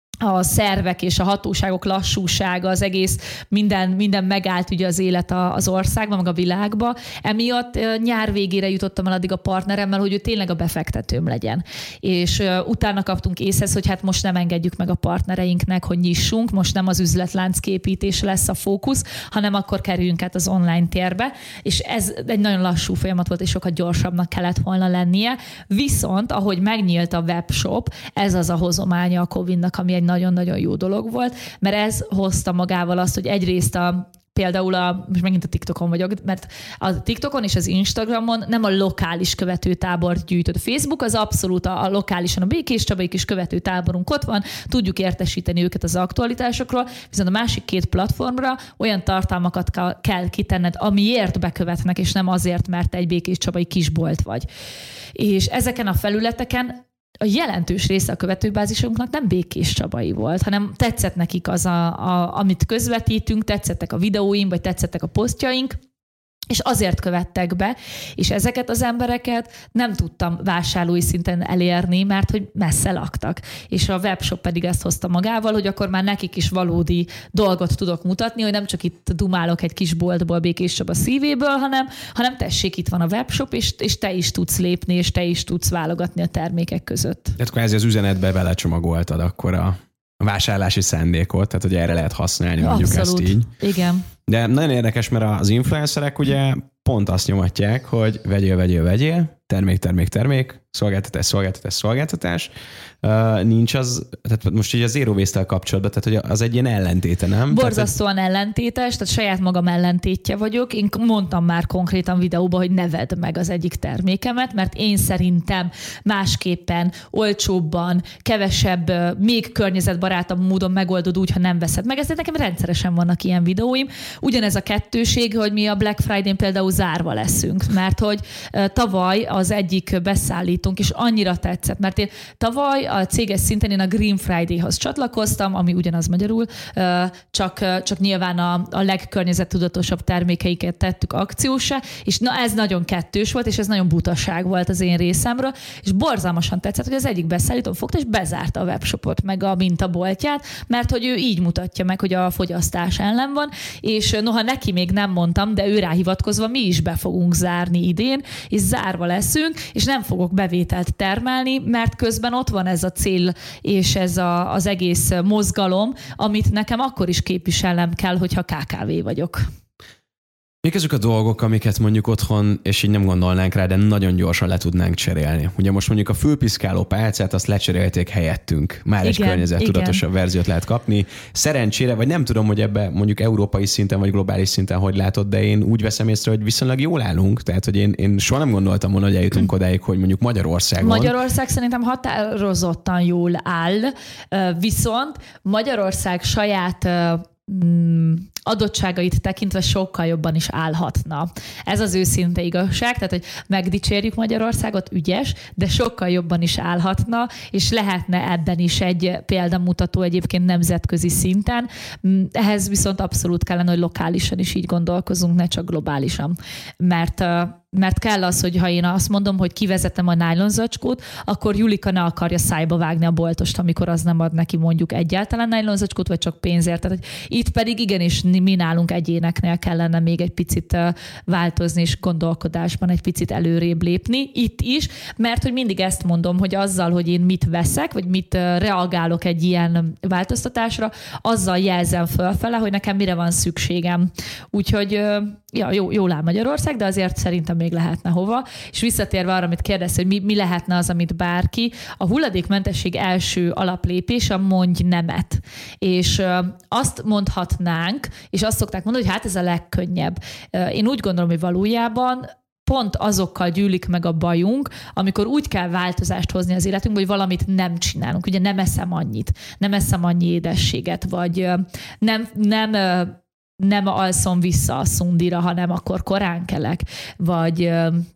a szervek és a hatóságok lassúsága, az egész minden, minden megállt ugye az élet az országban, meg a világba. Emiatt nyár végére jutottam el addig a partneremmel, hogy ő tényleg a befektetőm legyen. És utána kaptunk észhez, hogy hát most nem engedjük meg a partnereinknek, hogy nyissunk, most nem az üzletlánc képítés lesz a fókusz, hanem akkor kerüljünk át az online térbe. És ez egy nagyon lassú folyamat volt, és sokkal gyorsabbnak kellett volna lennie. Viszont, ahogy megnyílt a webshop, ez az a hozománya a Covidnak, ami egy nagyon-nagyon jó dolog volt, mert ez hozta magával azt, hogy egyrészt a például a, most megint a TikTokon vagyok, mert a TikTokon és az Instagramon nem a lokális követőtábort gyűjtött. A Facebook az abszolút a, a lokálisan a Békés Csabai kis követőtáborunk ott van, tudjuk értesíteni őket az aktualitásokról, viszont a másik két platformra olyan tartalmakat kell kitenned, amiért bekövetnek, és nem azért, mert egy Békés Csabai kisbolt vagy. És ezeken a felületeken a jelentős része a követőbázisunknak nem Békés Csabai volt, hanem tetszett nekik az, a, a, amit közvetítünk, tetszettek a videóink, vagy tetszettek a posztjaink, és azért követtek be, és ezeket az embereket nem tudtam vásárlói szinten elérni, mert hogy messze laktak. És a webshop pedig ezt hozta magával, hogy akkor már nekik is valódi dolgot tudok mutatni, hogy nem csak itt dumálok egy kis boltból, Békés Csaba szívéből, hanem, hanem tessék, itt van a webshop, és, és te is tudsz lépni, és te is tudsz válogatni a termékek között. Tehát akkor ezért az üzenetbe belecsomagoltad akkor a vásárlási szándékot, tehát hogy erre lehet használni, mondjuk Abszolút. Ezt így. Igen. De nagyon érdekes, mert az influencerek ugye pont azt nyomatják, hogy vegyél, vegyél, vegyél, termék, termék, termék, szolgáltatás, szolgáltatás, szolgáltatás. Uh, nincs az, tehát most így a zero waste-tel kapcsolatban, tehát hogy az egy ilyen ellentéte, nem? Borzasztóan tehát, ellentétes, tehát saját magam ellentétje vagyok. Én mondtam már konkrétan videóban, hogy ne vedd meg az egyik termékemet, mert én szerintem másképpen, olcsóbban, kevesebb, még környezetbarátabb módon megoldod úgy, ha nem veszed meg. Ezért nekem rendszeresen vannak ilyen videóim. Ugyanez a kettőség, hogy mi a Black Friday-n például zárva leszünk, mert hogy tavaly az egyik beszállítónk is annyira tetszett, mert én tavaly a céges szinten én a Green Friday-hoz csatlakoztam, ami ugyanaz magyarul, csak, csak nyilván a, a legkörnyezettudatosabb termékeiket tettük akciósá, és na ez nagyon kettős volt, és ez nagyon butaság volt az én részemről, és borzalmasan tetszett, hogy az egyik beszállító fogta, és bezárta a webshopot, meg a mintaboltját, mert hogy ő így mutatja meg, hogy a fogyasztás ellen van, és noha neki még nem mondtam, de ő rá hivatkozva mi is be fogunk zárni idén, és zárva leszünk, és nem fogok bevételt termelni, mert közben ott van ez a cél, és ez a, az egész mozgalom, amit nekem akkor is képviselnem kell, hogyha ká ká vé vagyok. Mik azok a dolgok, amiket mondjuk otthon, és így nem gondolnánk rá, de nagyon gyorsan le tudnánk cserélni? Ugye most mondjuk a fülpiszkáló pálcát, azt lecserélték helyettünk. Már egy környezettudatosabb verziót lehet kapni. Szerencsére, vagy nem tudom, hogy ebbe mondjuk európai szinten, vagy globális szinten hogy látod, de én úgy veszem észre, hogy viszonylag jól állunk. Tehát, hogy én, én soha nem gondoltam volna, hogy eljutunk odáig, hogy mondjuk Magyarországon. Magyarország szerintem határozottan jól áll, viszont Magyarország saját adottságait tekintve sokkal jobban is állhatna. Ez az őszinte igazság, tehát hogy megdicsérjük Magyarországot, ügyes, de sokkal jobban is állhatna, és lehetne ebben is egy példamutató egyébként nemzetközi szinten. Ehhez viszont abszolút kellene, hogy lokálisan is így gondolkozunk, ne csak globálisan. Mert Mert kell az, hogy ha én azt mondom, hogy kivezetem a nájlonzacskót, akkor Julika ne akarja szájba vágni a boltost, amikor az nem ad neki mondjuk egyáltalán nájlonzacskót, vagy csak pénzért. Tehát, hogy itt pedig igenis mi nálunk egyéneknél kellene még egy picit változni, és gondolkodásban egy picit előrébb lépni. Itt is, mert hogy mindig ezt mondom, hogy azzal, hogy én mit veszek, vagy mit reagálok egy ilyen változtatásra, azzal jelzem fölfele, hogy nekem mire van szükségem. Úgyhogy ja, jó, jól áll Magyarország, de azért szerintem még lehetne hova. És visszatérve arra, amit kérdez, hogy mi, mi lehetne az, amit bárki, a hulladékmentesség első alaplépése, mondj nemet. És azt mondhatnánk, és azt szokták mondani, hogy hát ez a legkönnyebb. Én úgy gondolom, hogy valójában pont azokkal gyűlik meg a bajunk, amikor úgy kell változást hozni az életünkbe, hogy valamit nem csinálunk. Ugye nem eszem annyit, nem eszem annyi édességet, vagy nem, nem nem alszom vissza a szundira, hanem akkor korán kelek, vagy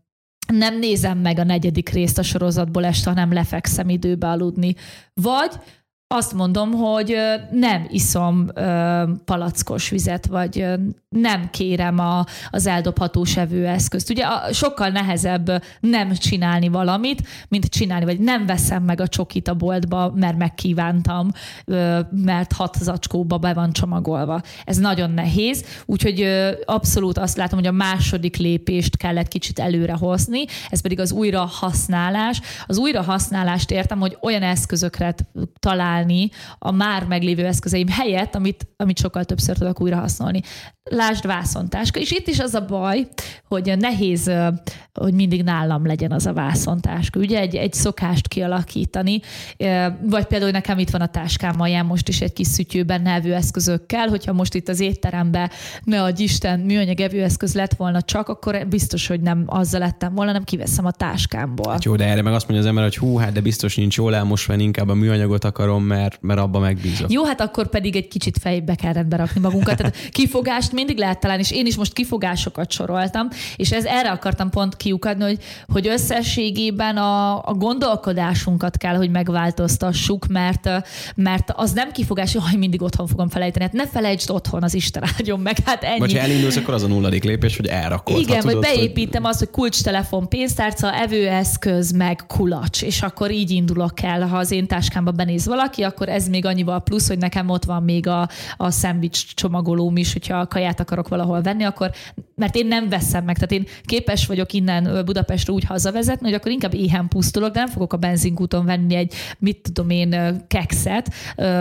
nem nézem meg a negyedik részt a sorozatból este, hanem lefekszem időbe aludni. Vagy azt mondom, hogy nem iszom palackos vizet, vagy nem kérem a, az eldobhatós evőeszközt. Ugye sokkal nehezebb nem csinálni valamit, mint csinálni, vagy nem veszem meg a csokit a boltba, mert megkívántam, mert hat zacskóba be van csomagolva. Ez nagyon nehéz, úgyhogy abszolút azt látom, hogy a második lépést kell egy kicsit előre hozni, ez pedig az újrahasználás. Az újrahasználást értem, hogy olyan eszközökre talál a már meglévő eszközeim helyett, amit, amit sokkal többször tudok újra használni. Lásd vászontáska. És itt is az a baj, hogy nehéz, hogy mindig nálam legyen az a vászontáska. Ugye egy, egy szokást kialakítani, vagy például nekem itt van a táskám alján most is egy kis szütyőben evőeszközökkel, hogyha most itt az étteremben ne adj Isten műanyag evőeszköz lett volna csak, akkor biztos, hogy nem azzal lettem volna, nem kiveszem a táskámból. Hát jó, de erre meg azt mondja az ember, hogy hú, hát de biztos nincs jól elmosva, inkább a műanyagot akarom, mert, mert abba megbízok. Jó, hát akkor pedig egy kicsit fejbe kell rendbe rakni magunkat. Tehát kifogást mindig lehet találni, és én is most kifogásokat soroltam, és ez erre akartam pont kiukadni, hogy, hogy összességében a, a gondolkodásunkat kell, hogy megváltoztassuk, mert, mert az nem kifogás, hogy mindig otthon fogom felejteni. Hát ne felejtsd otthon, az Isten áldjon meg, hát ennyi. Vagy ha elindulsz, akkor az a nulladik lépés, hogy elrakod. Igen, vagy tudod, beépítem hogy... azt, hogy kulcstelefon, pénztárca, evőeszköz, meg kulacs, és akkor így indulok el. Ha az én táskámba benéz valaki, akkor ez még annyival plusz, hogy nekem ott van még a, a szendvics csomagolóm is, hogyha a kaját akarok valahol venni, akkor, mert én nem veszem meg. Tehát én képes vagyok innen Budapestre úgy hazavezetni, hogy akkor inkább éhen pusztulok, de nem fogok a benzinkúton venni egy, mit tudom én, kekszet,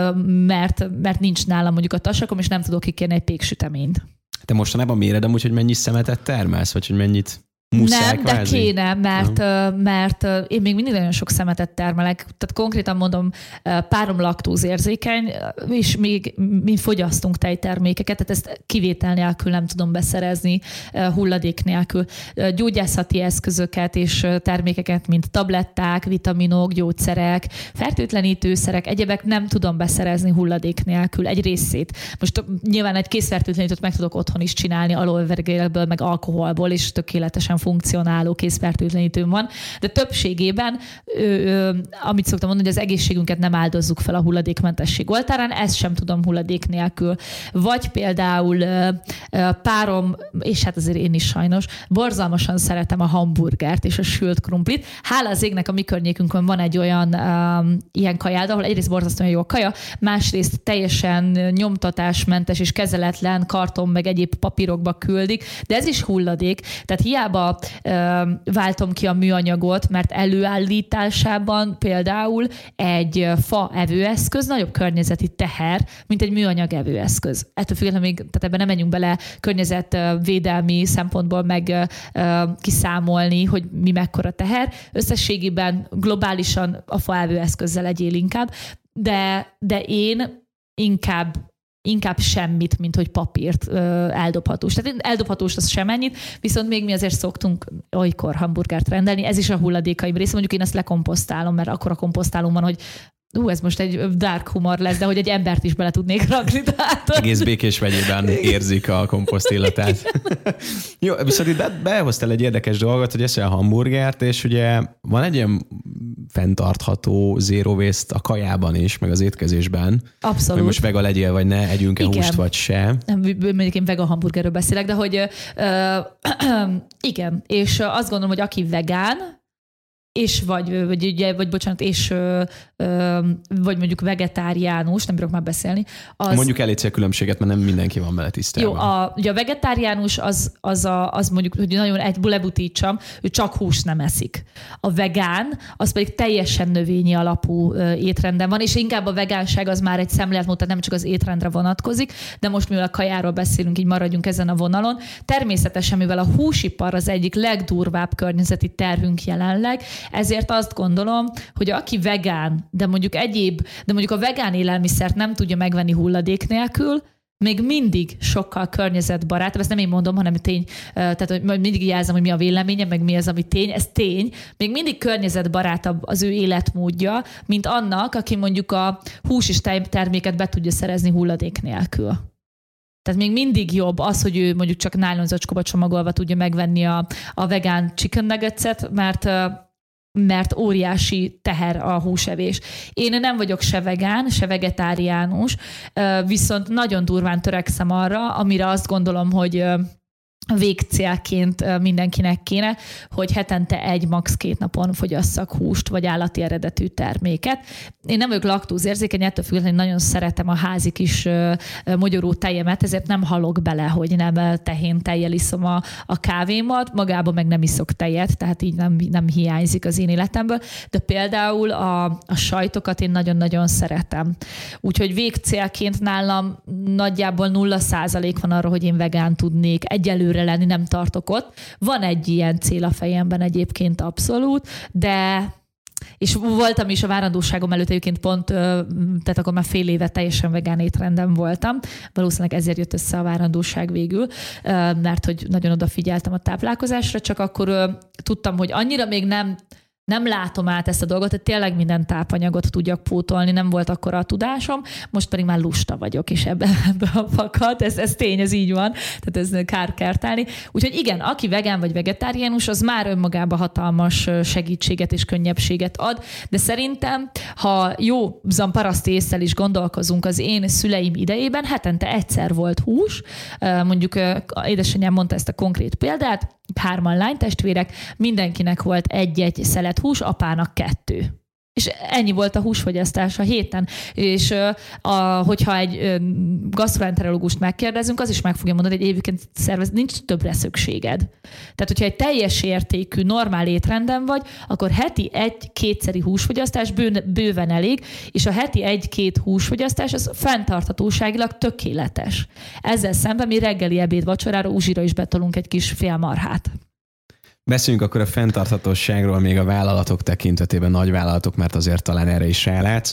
mert, mert nincs nálam mondjuk a tasakom, és nem tudok kikérni egy péksüteményt. Te mostanában méred amúgy, hogy mennyi szemetet termelsz, vagy hogy mennyit muszáj nem, kvázi? De kéne, mert, mert én még mindig nagyon sok szemetet termelek. Tehát konkrétan mondom, párom laktózérzékeny, és még mi fogyasztunk tejtermékeket, tehát ezt kivétel nélkül nem tudom beszerezni, hulladék nélkül. Gyógyászati eszközöket és termékeket, mint tabletták, vitaminok, gyógyszerek, fertőtlenítőszerek, egyebek nem tudom beszerezni hulladék nélkül, egy részét. Most nyilván egy készfertőtlenítőt meg tudok otthon is csinálni, aloe-vergélből, meg alkoholból, és tökéletesen funkcionáló készfertőtlenítőm van, de többségében, ö, ö, amit szoktam mondani, hogy az egészségünket nem áldozzuk fel a hulladékmentesség oltárán, ezt sem tudom hulladék nélkül. Vagy például ö, ö, párom, és hát azért én is sajnos, borzalmasan szeretem a hamburgert és a sült krumplit. Hála az égnek a mi környékünkön van egy olyan ö, ilyen kajád, ahol egyrészt borzasztóan jó a kaja, másrészt teljesen nyomtatásmentes és kezeletlen karton meg egyéb papírokba küldik, de ez is hulladék, tehát hiába hiába ö, váltom ki a műanyagot, mert előállításában például egy fa evőeszköz nagyobb környezeti teher, mint egy műanyag evőeszköz. Ettől függetlenül még, tehát ebben nem menjünk bele környezetvédelmi szempontból meg ö, kiszámolni, hogy mi mekkora teher. Összességében globálisan a fa evőeszközzel legyél inkább, de, de én inkább inkább semmit, mint hogy papírt ö, eldobhatós. Tehát eldobhatós az sem ennyit, viszont még mi azért szoktunk olykor hamburgert rendelni. Ez is a hulladékaim része. Mondjuk én ezt lekomposztálom, mert akkor a komposztálom van, hogy ú, ez most egy dark humor lesz, de hogy egy embert is bele tudnék rakni. Tehát... Egész békés vegyében érzik a komposzt illatát. Jó, viszont itt behoztál egy érdekes dolgot, hogy eszel a hamburgert, és ugye van egy ilyen fenntartható zero waste a kajában is, meg az étkezésben. Abszolút. Hogy most vega legyél, vagy ne, együnk-e igen. húst, vagy se. Mondjuk én vega hamburgerről beszélek, de hogy ö, igen, és azt gondolom, hogy aki vegán, és vagy, vagy, ugye, vagy bocsánat, és ö, ö, vagy mondjuk vegetáriánus, nem bírok már beszélni. Az, mondjuk elég a különbséget, mert nem mindenki van vele tisztában. Jó, a, ugye a vegetáriánus az, az, a, az mondjuk, hogy nagyon egy lebutítsam, ő csak húst nem eszik. A vegán, az pedig teljesen növényi alapú ö, étrenden van, és inkább a vegánság az már egy szemléletmód, tehát nem csak az étrendre vonatkozik, de most mivel a kajáról beszélünk, így maradjunk ezen a vonalon. Természetesen, mivel a húsipar az egyik legdurvább környezeti terhünk jelenleg, ezért azt gondolom, hogy aki vegán, de mondjuk egyéb, de mondjuk a vegán élelmiszert nem tudja megvenni hulladék nélkül, még mindig sokkal környezetbarátabb, ezt nem én mondom, hanem tény, tehát hogy mindig jelzem, hogy mi a véleményem, meg mi az, ami tény, ez tény, még mindig környezetbarátabb az ő életmódja, mint annak, aki mondjuk a hús és terméket be tudja szerezni hulladék nélkül. Tehát még mindig jobb az, hogy ő mondjuk csak nylonzacskóba csomagolva tudja megvenni a, a vegán chicken nuggetset, mert mert óriási teher a húsevés. Én nem vagyok se vegán, se vegetáriánus, viszont nagyon durván törekszem arra, amire azt gondolom, hogy végcélként mindenkinek kéne, hogy hetente egy, max. két napon fogyasszak húst, vagy állati eredetű terméket. Én nem vagyok laktózérzékeny, ettől függetlenül nagyon szeretem a házi kis mogyoró tejemet, ezért nem halok bele, hogy nem tehén tejjel iszom a, a kávémat, magában meg nem iszok tejet, tehát így nem, nem hiányzik az én életemből, de például a, a sajtokat én nagyon-nagyon szeretem. Úgyhogy végcélként nálam nagyjából nulla százalék van arra, hogy én vegán tudnék egyelőre lenni, nem tartok ott. Van egy ilyen cél a fejemben egyébként abszolút, de és voltam is a várandóságom előtt egyébként pont, tehát akkor már fél éve teljesen vegán étrenden voltam. Valószínűleg ezért jött össze a várandóság végül, mert hogy nagyon odafigyeltem a táplálkozásra, csak akkor tudtam, hogy annyira még nem Nem látom át ezt a dolgot, hogy tényleg minden tápanyagot tudjak pótolni, nem volt akkora a tudásom, most pedig már lusta vagyok, és ebbe, ebbe a fakad, ez, ez tény, ez így van, tehát ez kár kertálni. Úgyhogy igen, aki vegán vagy vegetáriánus, az már önmagában hatalmas segítséget és könnyebbséget ad, de szerintem, ha jó zamparaszt ésszel is gondolkozunk az én szüleim idejében, hetente egyszer volt hús, mondjuk édesanyám mondta ezt a konkrét példát, hárman lánytestvérek, mindenkinek volt egy-egy szelet hús, apának kettő. És ennyi volt a húsfogyasztás a héten. És a, hogyha egy gasztroenterológust megkérdezünk, az is meg fogja mondani, hogy egyébként szervez, nincs többre szükséged. Tehát, hogyha egy teljes értékű, normál étrenden vagy, akkor heti egy-kétszeri húsfogyasztás bő, bőven elég, és a heti egy-két húsfogyasztás az fenntarthatóságilag tökéletes. Ezzel szemben mi reggeli, ebéd, vacsorára, uzsira is betolunk egy kis félmarhát. Beszéljünk akkor a fenntarthatóságról még a vállalatok tekintetében, nagy vállalatok, mert azért talán erre is rálátsz.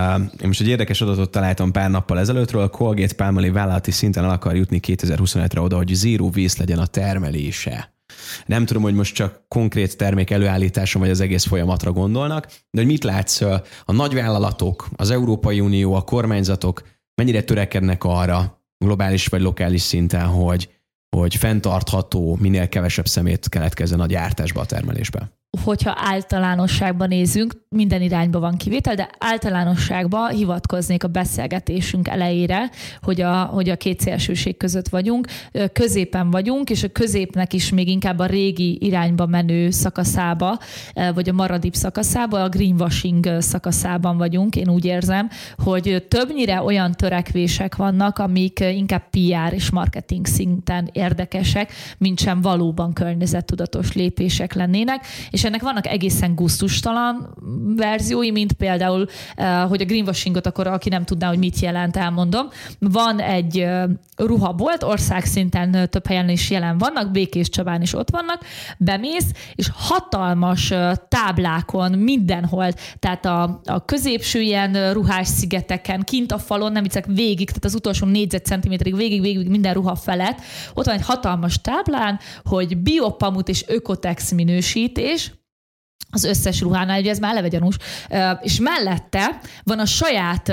Én most egy érdekes adatot találtam pár nappal ezelőttről, a Colgate-Palmolive vállalati szinten el akar jutni kétezer-huszonötre oda, hogy zero waste legyen a termelése. Nem tudom, hogy most csak konkrét termék előállításon vagy az egész folyamatra gondolnak, de hogy mit látsz, a nagyvállalatok, az Európai Unió, a kormányzatok mennyire törekednek arra globális vagy lokális szinten, hogy hogy fenntartható, minél kevesebb szemét keletkezzen a gyártásba, a termelésbe? hogyha általánosságban nézünk, minden irányba van kivétel, de általánosságban hivatkoznék a beszélgetésünk elejére, hogy a, hogy a két szélsőség között vagyunk, középen vagyunk, és a középnek is még inkább a régi irányba menő szakaszába, vagy a maradibb szakaszába, a greenwashing szakaszában vagyunk. Én úgy érzem, hogy többnyire olyan törekvések vannak, amik inkább pé er és marketing szinten érdekesek, mint sem valóban környezettudatos lépések lennének, és ennek vannak egészen gusztustalan verziói, mint például, hogy a greenwashingot akkor, aki nem tudná, hogy mit jelent, elmondom. Van egy ruhabolt, országszinten több helyen is jelen vannak, Békés Csabán is ott vannak, bemész, és hatalmas táblákon mindenhol, tehát a, a középső ilyen ruhás szigeteken, kint a falon, nem viccek végig, tehát az utolsó négyzetcentiméterig végig, végig minden ruha felett, ott van egy hatalmas táblán, hogy biopamut és ökotex minősítés, az összes ruhánál, ugye ez már eleve gyanús, és mellette van a saját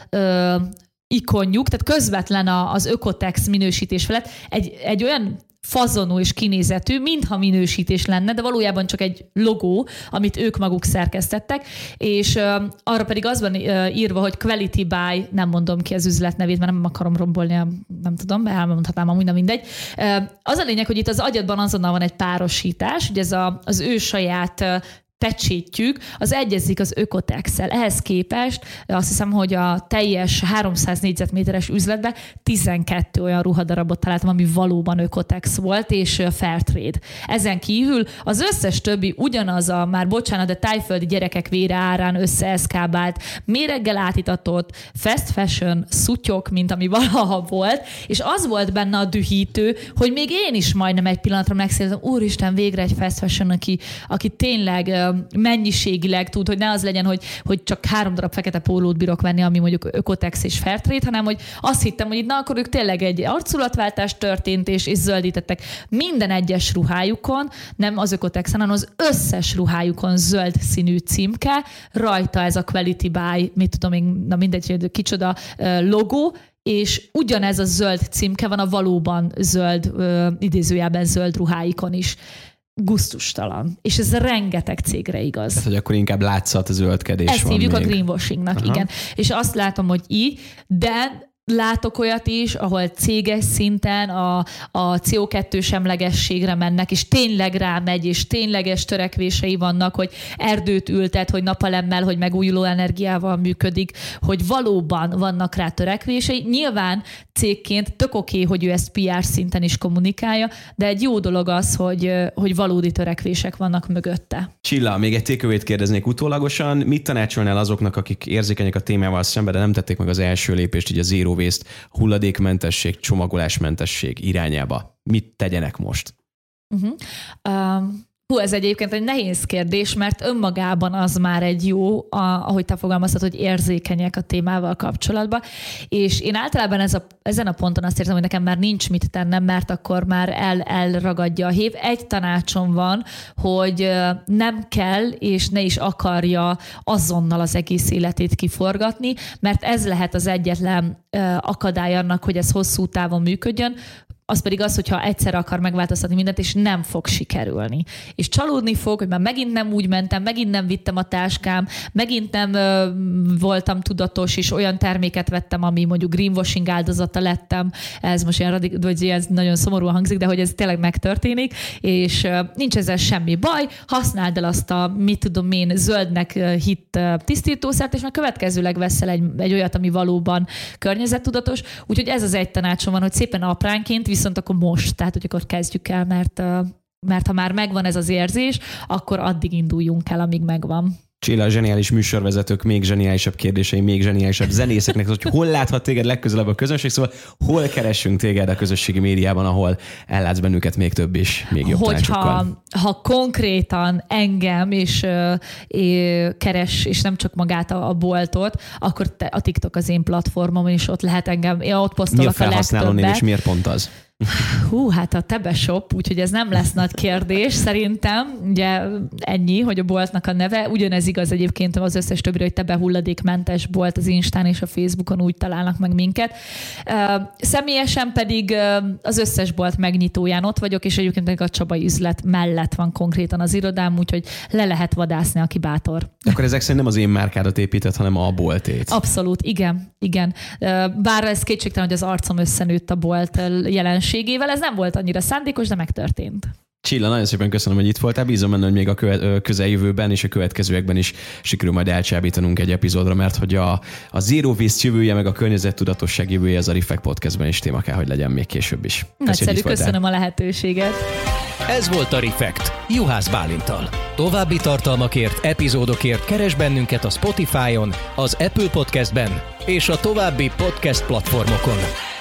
ikonjuk, tehát közvetlen az ökotex minősítés felett egy, egy olyan fazonú és kinézetű, mintha minősítés lenne, de valójában csak egy logó, amit ők maguk szerkesztettek, és uh, arra pedig az van uh, írva, hogy quality buy, nem mondom ki az üzlet nevét, mert nem akarom rombolni, a, nem tudom, elmondhatnám amúgy, nem mindegy. Uh, az a lényeg, hogy itt az agyadban azonnal van egy párosítás, hogy ez a, az ő saját uh, pecsétjük, az egyezik az ökotex-szel. Ehhez képest azt hiszem, hogy a teljes háromszáz négyzetméteres üzletben tizenkettő olyan ruhadarabot találtam, ami valóban ökotex volt, és fairtrade. Ezen kívül az összes többi ugyanaz a, már bocsánat, de tájföldi gyerekek vére árán összeeszkábált, méreggel átitatott fast fashion szutyok, mint ami valaha volt, és az volt benne a dühítő, hogy még én is majdnem egy pillanatra megszéltem, úristen, végre egy fast fashion, aki, aki tényleg mennyiségileg tud, hogy ne az legyen, hogy, hogy csak három darab fekete pólót bírok venni, ami mondjuk ökotex és fairtrade, hanem hogy azt hittem, hogy itt na, akkor ők tényleg egy arculatváltás történt, és, és zöldítettek minden egyes ruhájukon, nem az ökotexen, hanem az összes ruhájukon zöld színű címke, rajta ez a quality buy, mit tudom én, na mindegy, kicsoda logó, és ugyanez a zöld címke van a valóban zöld, idézőjelben zöld ruháikon is. Gusztustalan. És ez rengeteg cégre igaz. Tehát, hogy akkor inkább látszat, zöldkedés Ezt van hívjuk még. a greenwashingnak, aha, igen. És azt látom, hogy így, de látok olyat is, ahol céges szinten a, a cé o kettő semlegességre mennek, és tényleg rámegy, és tényleges törekvései vannak, hogy erdőt ültet, hogy napelemmel, hogy megújuló energiával működik, hogy valóban vannak rá törekvései. Nyilván cégként tök oké, hogy ő ezt pé er szinten is kommunikálja, de egy jó dolog az, hogy, hogy valódi törekvések vannak mögötte. Csilla, még egy tékövét kérdeznék utólagosan. Mit tanácsolnál azoknak, akik érzékenyek a témával szemben, de nem tették meg az első lépést, így a zero waste, hulladékmentesség, csomagolásmentesség irányába? Mit tegyenek most? Uh-huh. Um... Hú, ez egyébként egy nehéz kérdés, mert önmagában az már egy jó, a, ahogy te fogalmaztad, hogy érzékenyek a témával kapcsolatban, és én általában ez a, ezen a ponton azt érzem, hogy nekem már nincs mit tennem, mert akkor már el, elragadja a hév. Egy tanácsom van, hogy nem kell, és ne is akarja azonnal az egész életét kiforgatni, mert ez lehet az egyetlen akadály annak, hogy ez hosszú távon működjön, az pedig az, hogyha egyszer akar megváltoztatni mindent, és nem fog sikerülni. És csalódni fog, hogy már megint nem úgy mentem, megint nem vittem a táskám, megint nem ö, voltam tudatos, és olyan terméket vettem, ami mondjuk greenwashing áldozata lettem. Ez most ilyen radik, vagy ez nagyon szomorúan hangzik, de hogy ez tényleg megtörténik, és ö, nincs ezzel semmi baj, használd el azt a, mit tudom én, zöldnek hitt tisztítószert, és már következőleg veszel egy, egy olyat, ami valóban környezettudatos. Úgyhogy ez az egy tanácsom van, hogy szépen apránként, viszont akkor most, tehát hogy akkor kezdjük el, mert, mert ha már megvan ez az érzés, akkor addig induljunk el, amíg megvan. Csilla, zseniális műsorvezetők, még zseniálisabb kérdései, még zseniálisabb zenészeknek, hogy hol láthat téged legközelebb a közönség, szóval hol keressünk téged a közösségi médiában, ahol ellátsz bennünket még több és még jobb tanácsokkal. Hogyha ha konkrétan engem is ö, ö, keres, és nem csak magát a, a boltot, akkor te, a TikTok az én platformom, és ott lehet engem, én ott posztolok a legtöbbet. Mi a felhasználó név, és miért pont az? Hú, hát a Tebeshop, úgyhogy ez nem lesz nagy kérdés szerintem. Ugye ennyi, hogy a boltnak a neve. Ugyanez igaz egyébként az összes többire, hogy Tebe hulladékmentes bolt az Instán és a Facebookon, úgy találnak meg minket. Személyesen pedig az összes bolt megnyitóján ott vagyok, és egyébként a Csabai üzlet mellett van konkrétan az irodám, úgyhogy le lehet vadászni, aki bátor. Akkor ezek szerint nem az én márkádat épített, hanem a boltét. Abszolút, igen, igen. Bár ez kétségtelen, hogy az arcom összenőtt a bolt jelenségével, ez nem volt annyira szándékos, de megtörtént. Csilla, nagyon szépen köszönöm, hogy itt voltál. Bízom benne, hogy még a közeljövőben és a következőekben is sikerül majd elcsábítanunk egy epizódra, mert hogy a, a Zero Waste jövője, meg a környezettudatosság jövője az a Refekt Podcastben is téma kell, hogy legyen még később is. Nagyszerű, köszönöm a lehetőséget. Ez volt a Refekt Juhász Bálinttal. További tartalmakért, epizódokért keresd bennünket a Spotify-on, az Apple Podcastben és a további podcast platformokon.